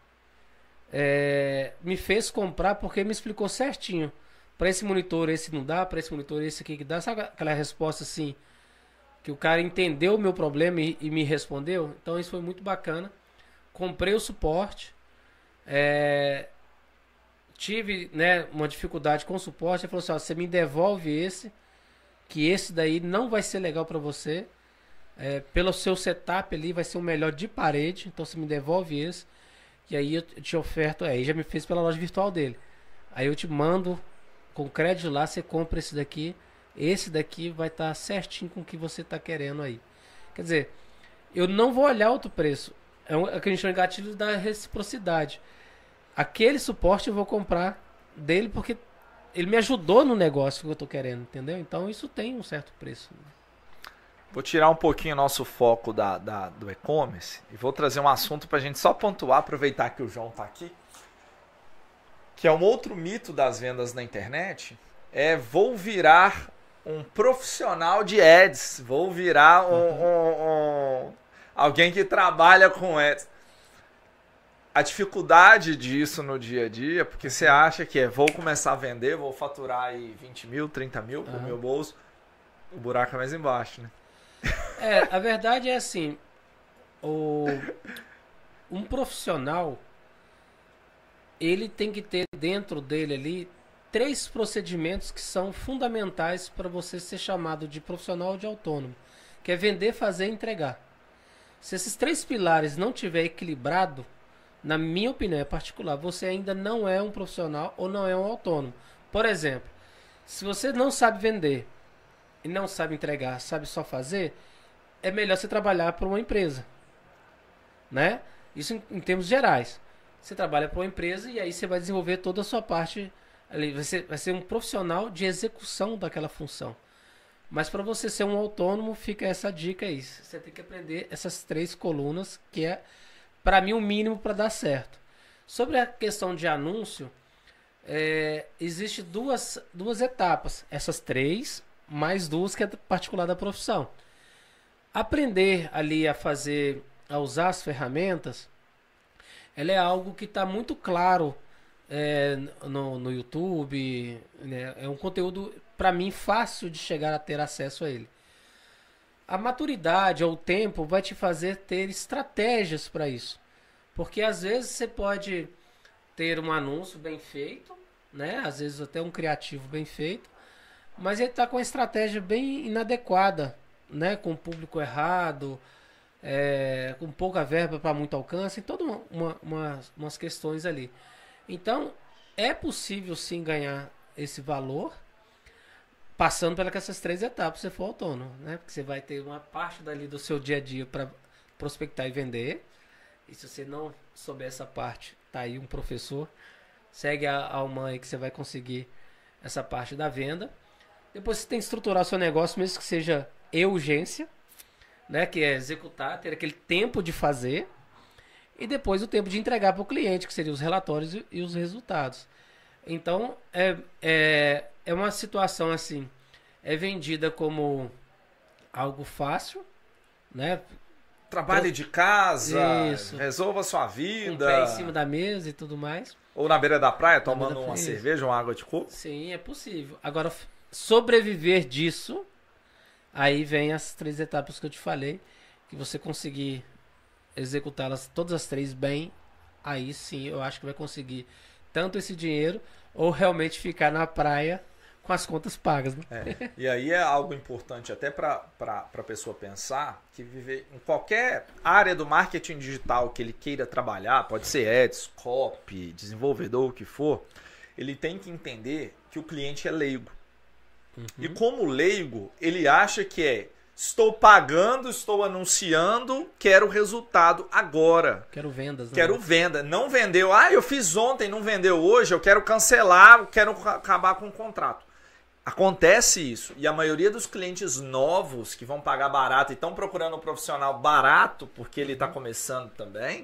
é, me fez comprar porque me explicou certinho. Para esse monitor esse não dá, para esse monitor esse aqui que dá. Sabe aquela resposta assim, que o cara entendeu o meu problema e, e me respondeu? Então isso foi muito bacana. Comprei o suporte. É, tive, né, uma dificuldade com o suporte. Ele falou assim, ó, você me devolve esse, que esse daí não vai ser legal para você. É, pelo seu setup ali vai ser o melhor de parede, então você me devolve esse e aí eu te oferto, aí é, já me fez pela loja virtual dele, aí eu te mando com crédito lá, você compra esse daqui, esse daqui vai estar tá certinho com o que você está querendo aí. Quer dizer, eu não vou olhar outro preço, é um, é que a gente chama de gatilho da reciprocidade. Aquele suporte eu vou comprar dele porque ele me ajudou no negócio que eu estou querendo, entendeu? Então isso tem um certo preço. Vou tirar um pouquinho o nosso foco da, da, do e-commerce e vou trazer um assunto para a gente só pontuar, aproveitar que o João está aqui, que é um outro mito das vendas na internet, é vou virar um profissional de ads, vou virar um, um, um, alguém que trabalha com ads. A dificuldade disso no dia a dia, porque você acha que é vou começar a vender, vou faturar aí vinte mil, trinta mil pro uhum. meu bolso, o buraco é mais embaixo, né? É, a verdade é assim, o, um profissional, ele tem que ter dentro dele ali três procedimentos que são fundamentais para você ser chamado de profissional ou de autônomo, que é vender, fazer e entregar. Se esses três pilares não tiver equilibrado, na minha opinião é particular, você ainda não é um profissional ou não é um autônomo. Por exemplo, se você não sabe vender e não sabe entregar, sabe só fazer, é melhor você trabalhar para uma empresa, né? Isso em, em termos gerais. Você trabalha para uma empresa e aí você vai desenvolver toda a sua parte ali. Vai ser, vai ser um profissional de execução daquela função. Mas para você ser um autônomo, fica essa dica aí. Você tem que aprender essas três colunas, que é, para mim, o mínimo para dar certo. Sobre a questão de anúncio, é, existe duas, duas etapas. Essas três, mais duas que é particular da profissão. Aprender ali a fazer, a usar as ferramentas, ela é algo que está muito claro é, no, no YouTube. Né? É um conteúdo, para mim, fácil de chegar a ter acesso a ele. A maturidade ou o tempo vai te fazer ter estratégias para isso. Porque às vezes você pode ter um anúncio bem feito, né? Às vezes até um criativo bem feito, mas ele está com a estratégia bem inadequada, né? Com o público errado, é, com pouca verba para muito alcance, todas uma, uma, uma, umas questões ali. Então, é possível sim ganhar esse valor passando pelas essas três etapas, se você for autônomo, né? Porque você vai ter uma parte dali do seu dia a dia para prospectar e vender. E se você não souber essa parte, tá aí um professor. Segue a Alman aí que você vai conseguir essa parte da venda. Depois você tem que estruturar o seu negócio, mesmo que seja urgência, né? Que é executar, ter aquele tempo de fazer. E depois o tempo de entregar para o cliente, que seriam os relatórios e, e os resultados. Então, é, é, é uma situação assim, é vendida como algo fácil, né? Trabalhe de casa, Isso. resolva a sua Com vida. o pé em cima da mesa e tudo mais. Ou na beira da praia, tomando beira da uma praia. cerveja, uma água de coco. Sim, é possível. Agora, sobreviver disso, aí vem as três etapas que eu te falei, que você conseguir executá-las todas as três bem, aí sim eu acho que vai conseguir tanto esse dinheiro ou realmente ficar na praia com as contas pagas, né? É. E aí é algo importante até para a pessoa pensar que viver em qualquer área do marketing digital que ele queira trabalhar, pode ser ads, copy, desenvolvedor, o que for, ele tem que entender que o cliente é leigo. Uhum. E como leigo, ele acha que é estou pagando, estou anunciando, quero resultado agora. Quero vendas, né? Quero venda. Não vendeu. Ah, eu fiz ontem, não vendeu hoje, eu quero cancelar, eu quero acabar com o contrato. Acontece isso. E a maioria dos clientes novos que vão pagar barato e estão procurando um profissional barato, porque ele está começando também,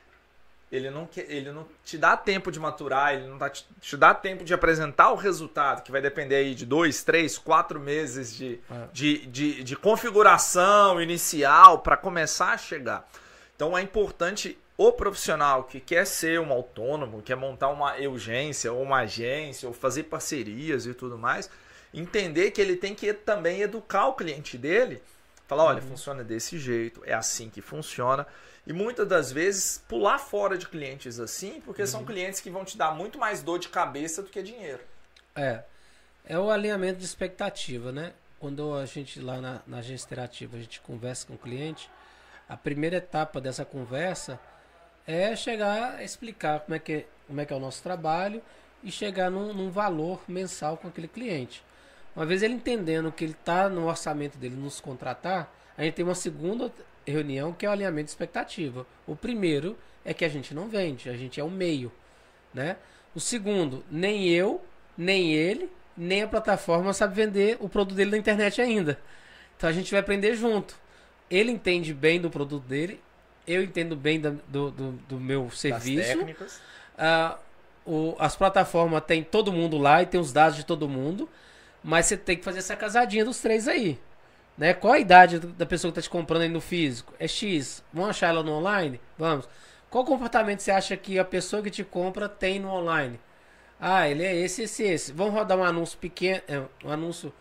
ele não, ele não te dá tempo de maturar, ele não tá, te, te dá tempo de apresentar o resultado, que vai depender aí de dois, três, quatro meses de, é. de, de, de configuração inicial para começar a chegar. Então é importante o profissional que quer ser um autônomo, quer montar uma urgência ou uma agência, ou fazer parcerias e tudo mais, entender que ele tem que também educar o cliente dele, falar, olha, uhum. funciona desse jeito, é assim que funciona. E muitas das vezes pular fora de clientes assim, porque uhum. são clientes que vão te dar muito mais dor de cabeça do que dinheiro. É, é o alinhamento de expectativa, né? Quando a gente lá na, na agência interativa, a gente conversa com o cliente, a primeira etapa dessa conversa é chegar a explicar como é que, como é, que é o nosso trabalho e chegar num, num valor mensal com aquele cliente. Uma vez ele entendendo que ele está no orçamento dele nos contratar, a gente tem uma segunda reunião que é o alinhamento de expectativa. O primeiro é que a gente não vende, a gente é o meio, né? O segundo, nem eu, nem ele, nem a plataforma sabe vender o produto dele na internet ainda. Então a gente vai aprender junto. Ele entende bem do produto dele, eu entendo bem da, do, do, do meu serviço. Das técnicas. Ah, o, as plataformas tem todo mundo lá e tem os dados de todo mundo, mas você tem que fazer essa casadinha dos três aí. Né? Qual a idade da pessoa que está te comprando aí no físico? É X. Vamos achar ela no online? Vamos. Qual comportamento você acha que a pessoa que te compra tem no online? Ah, ele é esse, esse, esse. Vamos rodar um anúncio pequeno, um anúncio,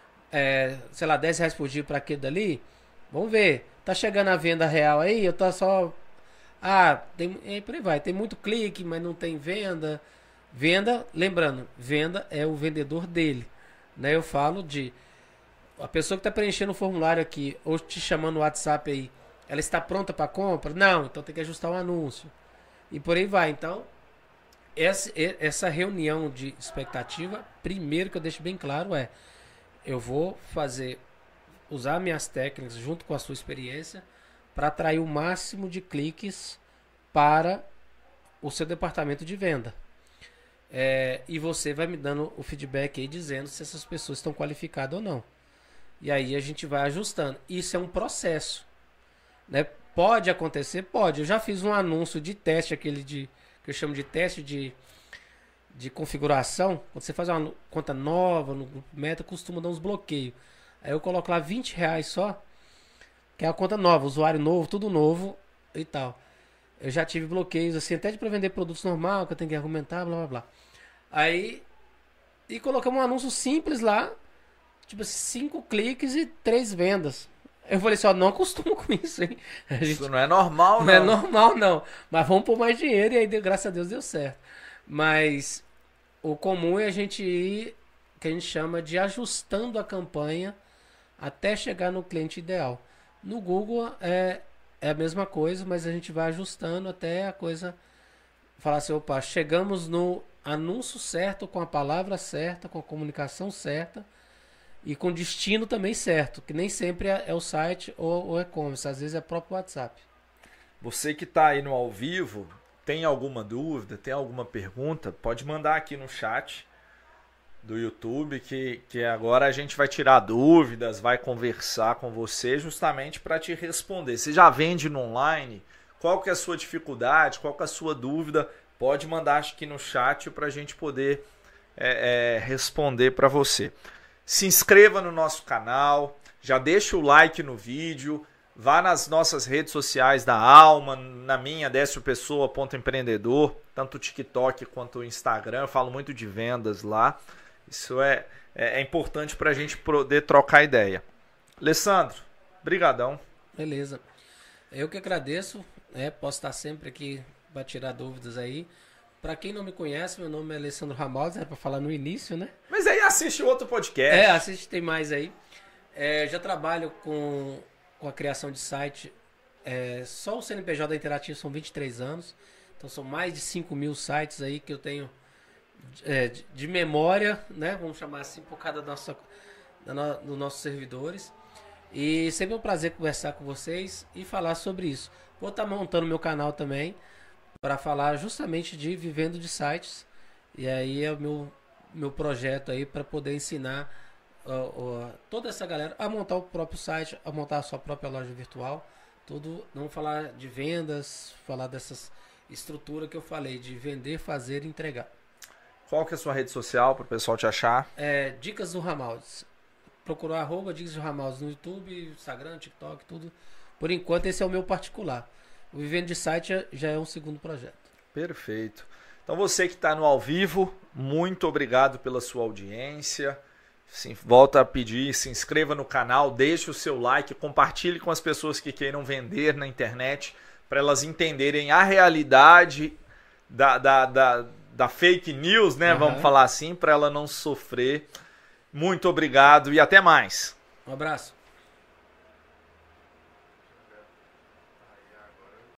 é, sei lá, dez reais por dia para aquele dali? Vamos ver. Tá chegando a venda real aí? Eu tô só... Ah, tem... E por aí vai. Tem muito clique, mas não tem venda. Venda, lembrando, venda é o vendedor dele. Né? Eu falo de... A pessoa que está preenchendo o formulário aqui, ou te chamando no WhatsApp aí, ela está pronta para compra? Não, então tem que ajustar o anúncio. E por aí vai. Então, essa, essa reunião de expectativa, primeiro que eu deixo bem claro é, eu vou fazer, usar minhas técnicas junto com a sua experiência para atrair o máximo de cliques para o seu departamento de venda. É, e você vai me dando o feedback aí dizendo se essas pessoas estão qualificadas ou não. E aí a gente vai ajustando. Isso é um processo, né? Pode acontecer? Pode. Eu já fiz um anúncio de teste, aquele de que eu chamo de teste de, de configuração. Quando você faz uma conta nova no Grupo Meta, costuma dar uns bloqueios. Aí eu coloco lá vinte reais só, que é a conta nova, usuário novo, tudo novo e tal. Eu já tive bloqueios, assim, até de para vender produtos normal, que eu tenho que argumentar, blá blá blá. Aí, e colocamos um anúncio simples lá, tipo cinco cliques e três vendas. Eu falei assim, ó, não acostumo com isso, hein? A gente, isso não é normal, não. Não é normal, não. Mas vamos pôr mais dinheiro e aí, deu, graças a Deus, deu certo. Mas o comum é a gente ir, que a gente chama de ajustando a campanha até chegar no cliente ideal. No Google é, é a mesma coisa, mas a gente vai ajustando até a coisa falar assim, opa, chegamos no anúncio certo, com a palavra certa, com a comunicação certa e com destino também certo, que nem sempre é, é o site ou o e-commerce, às vezes é o próprio WhatsApp. Você que está aí no ao vivo, tem alguma dúvida, tem alguma pergunta, pode mandar aqui no chat do YouTube, que, que agora a gente vai tirar dúvidas, vai conversar com você justamente para te responder. Você já vende no online? Qual que é a sua dificuldade? Qual que é a sua dúvida? Pode mandar aqui no chat para a gente poder é, é, responder para você. Se inscreva no nosso canal, já deixa o like no vídeo, vá nas nossas redes sociais da Alma, na minha, Décio Pessoa ponto empreendedor, tanto o TikTok quanto o Instagram, eu falo muito de vendas lá. Isso é, é, é importante para a gente poder trocar ideia. Alessandro, brigadão. Beleza. Eu que agradeço, né? Posso estar sempre aqui para tirar dúvidas aí. Para quem não me conhece, meu nome é Alessandro Ramaldes, era para falar no início, né? Mas aí assiste outro podcast. É, assiste, tem mais aí. É, já trabalho com, com a criação de site. É, só o C N P J da Interativo são vinte e três anos. Então são mais de cinco mil sites aí que eu tenho é, de, de memória, né? Vamos chamar assim, por cada nossa, da no, dos nossos servidores. E sempre é um prazer conversar com vocês e falar sobre isso. Vou estar montando meu canal também para falar justamente de vivendo de sites. E aí é o meu, meu projeto aí para poder ensinar uh, uh, toda essa galera a montar o próprio site, a montar a sua própria loja virtual. Tudo, vamos falar de vendas, falar dessas estruturas que eu falei, de vender, fazer e entregar. Qual que é a sua rede social para o pessoal te achar? É, Dicas do Ramaldes. Procurou arroba Dicas do Ramaldes no YouTube, Instagram, TikTok, tudo. Por enquanto esse é o meu particular. O Vivendo de Site já é um segundo projeto. Perfeito. Então você que está no ao vivo, muito obrigado pela sua audiência. Sim, volta a pedir, se inscreva no canal, deixe o seu like, compartilhe com as pessoas que queiram vender na internet, para elas entenderem a realidade da, da, da, da fake news, né? Uhum. Vamos falar assim, para ela não sofrer. Muito obrigado e até mais. Um abraço.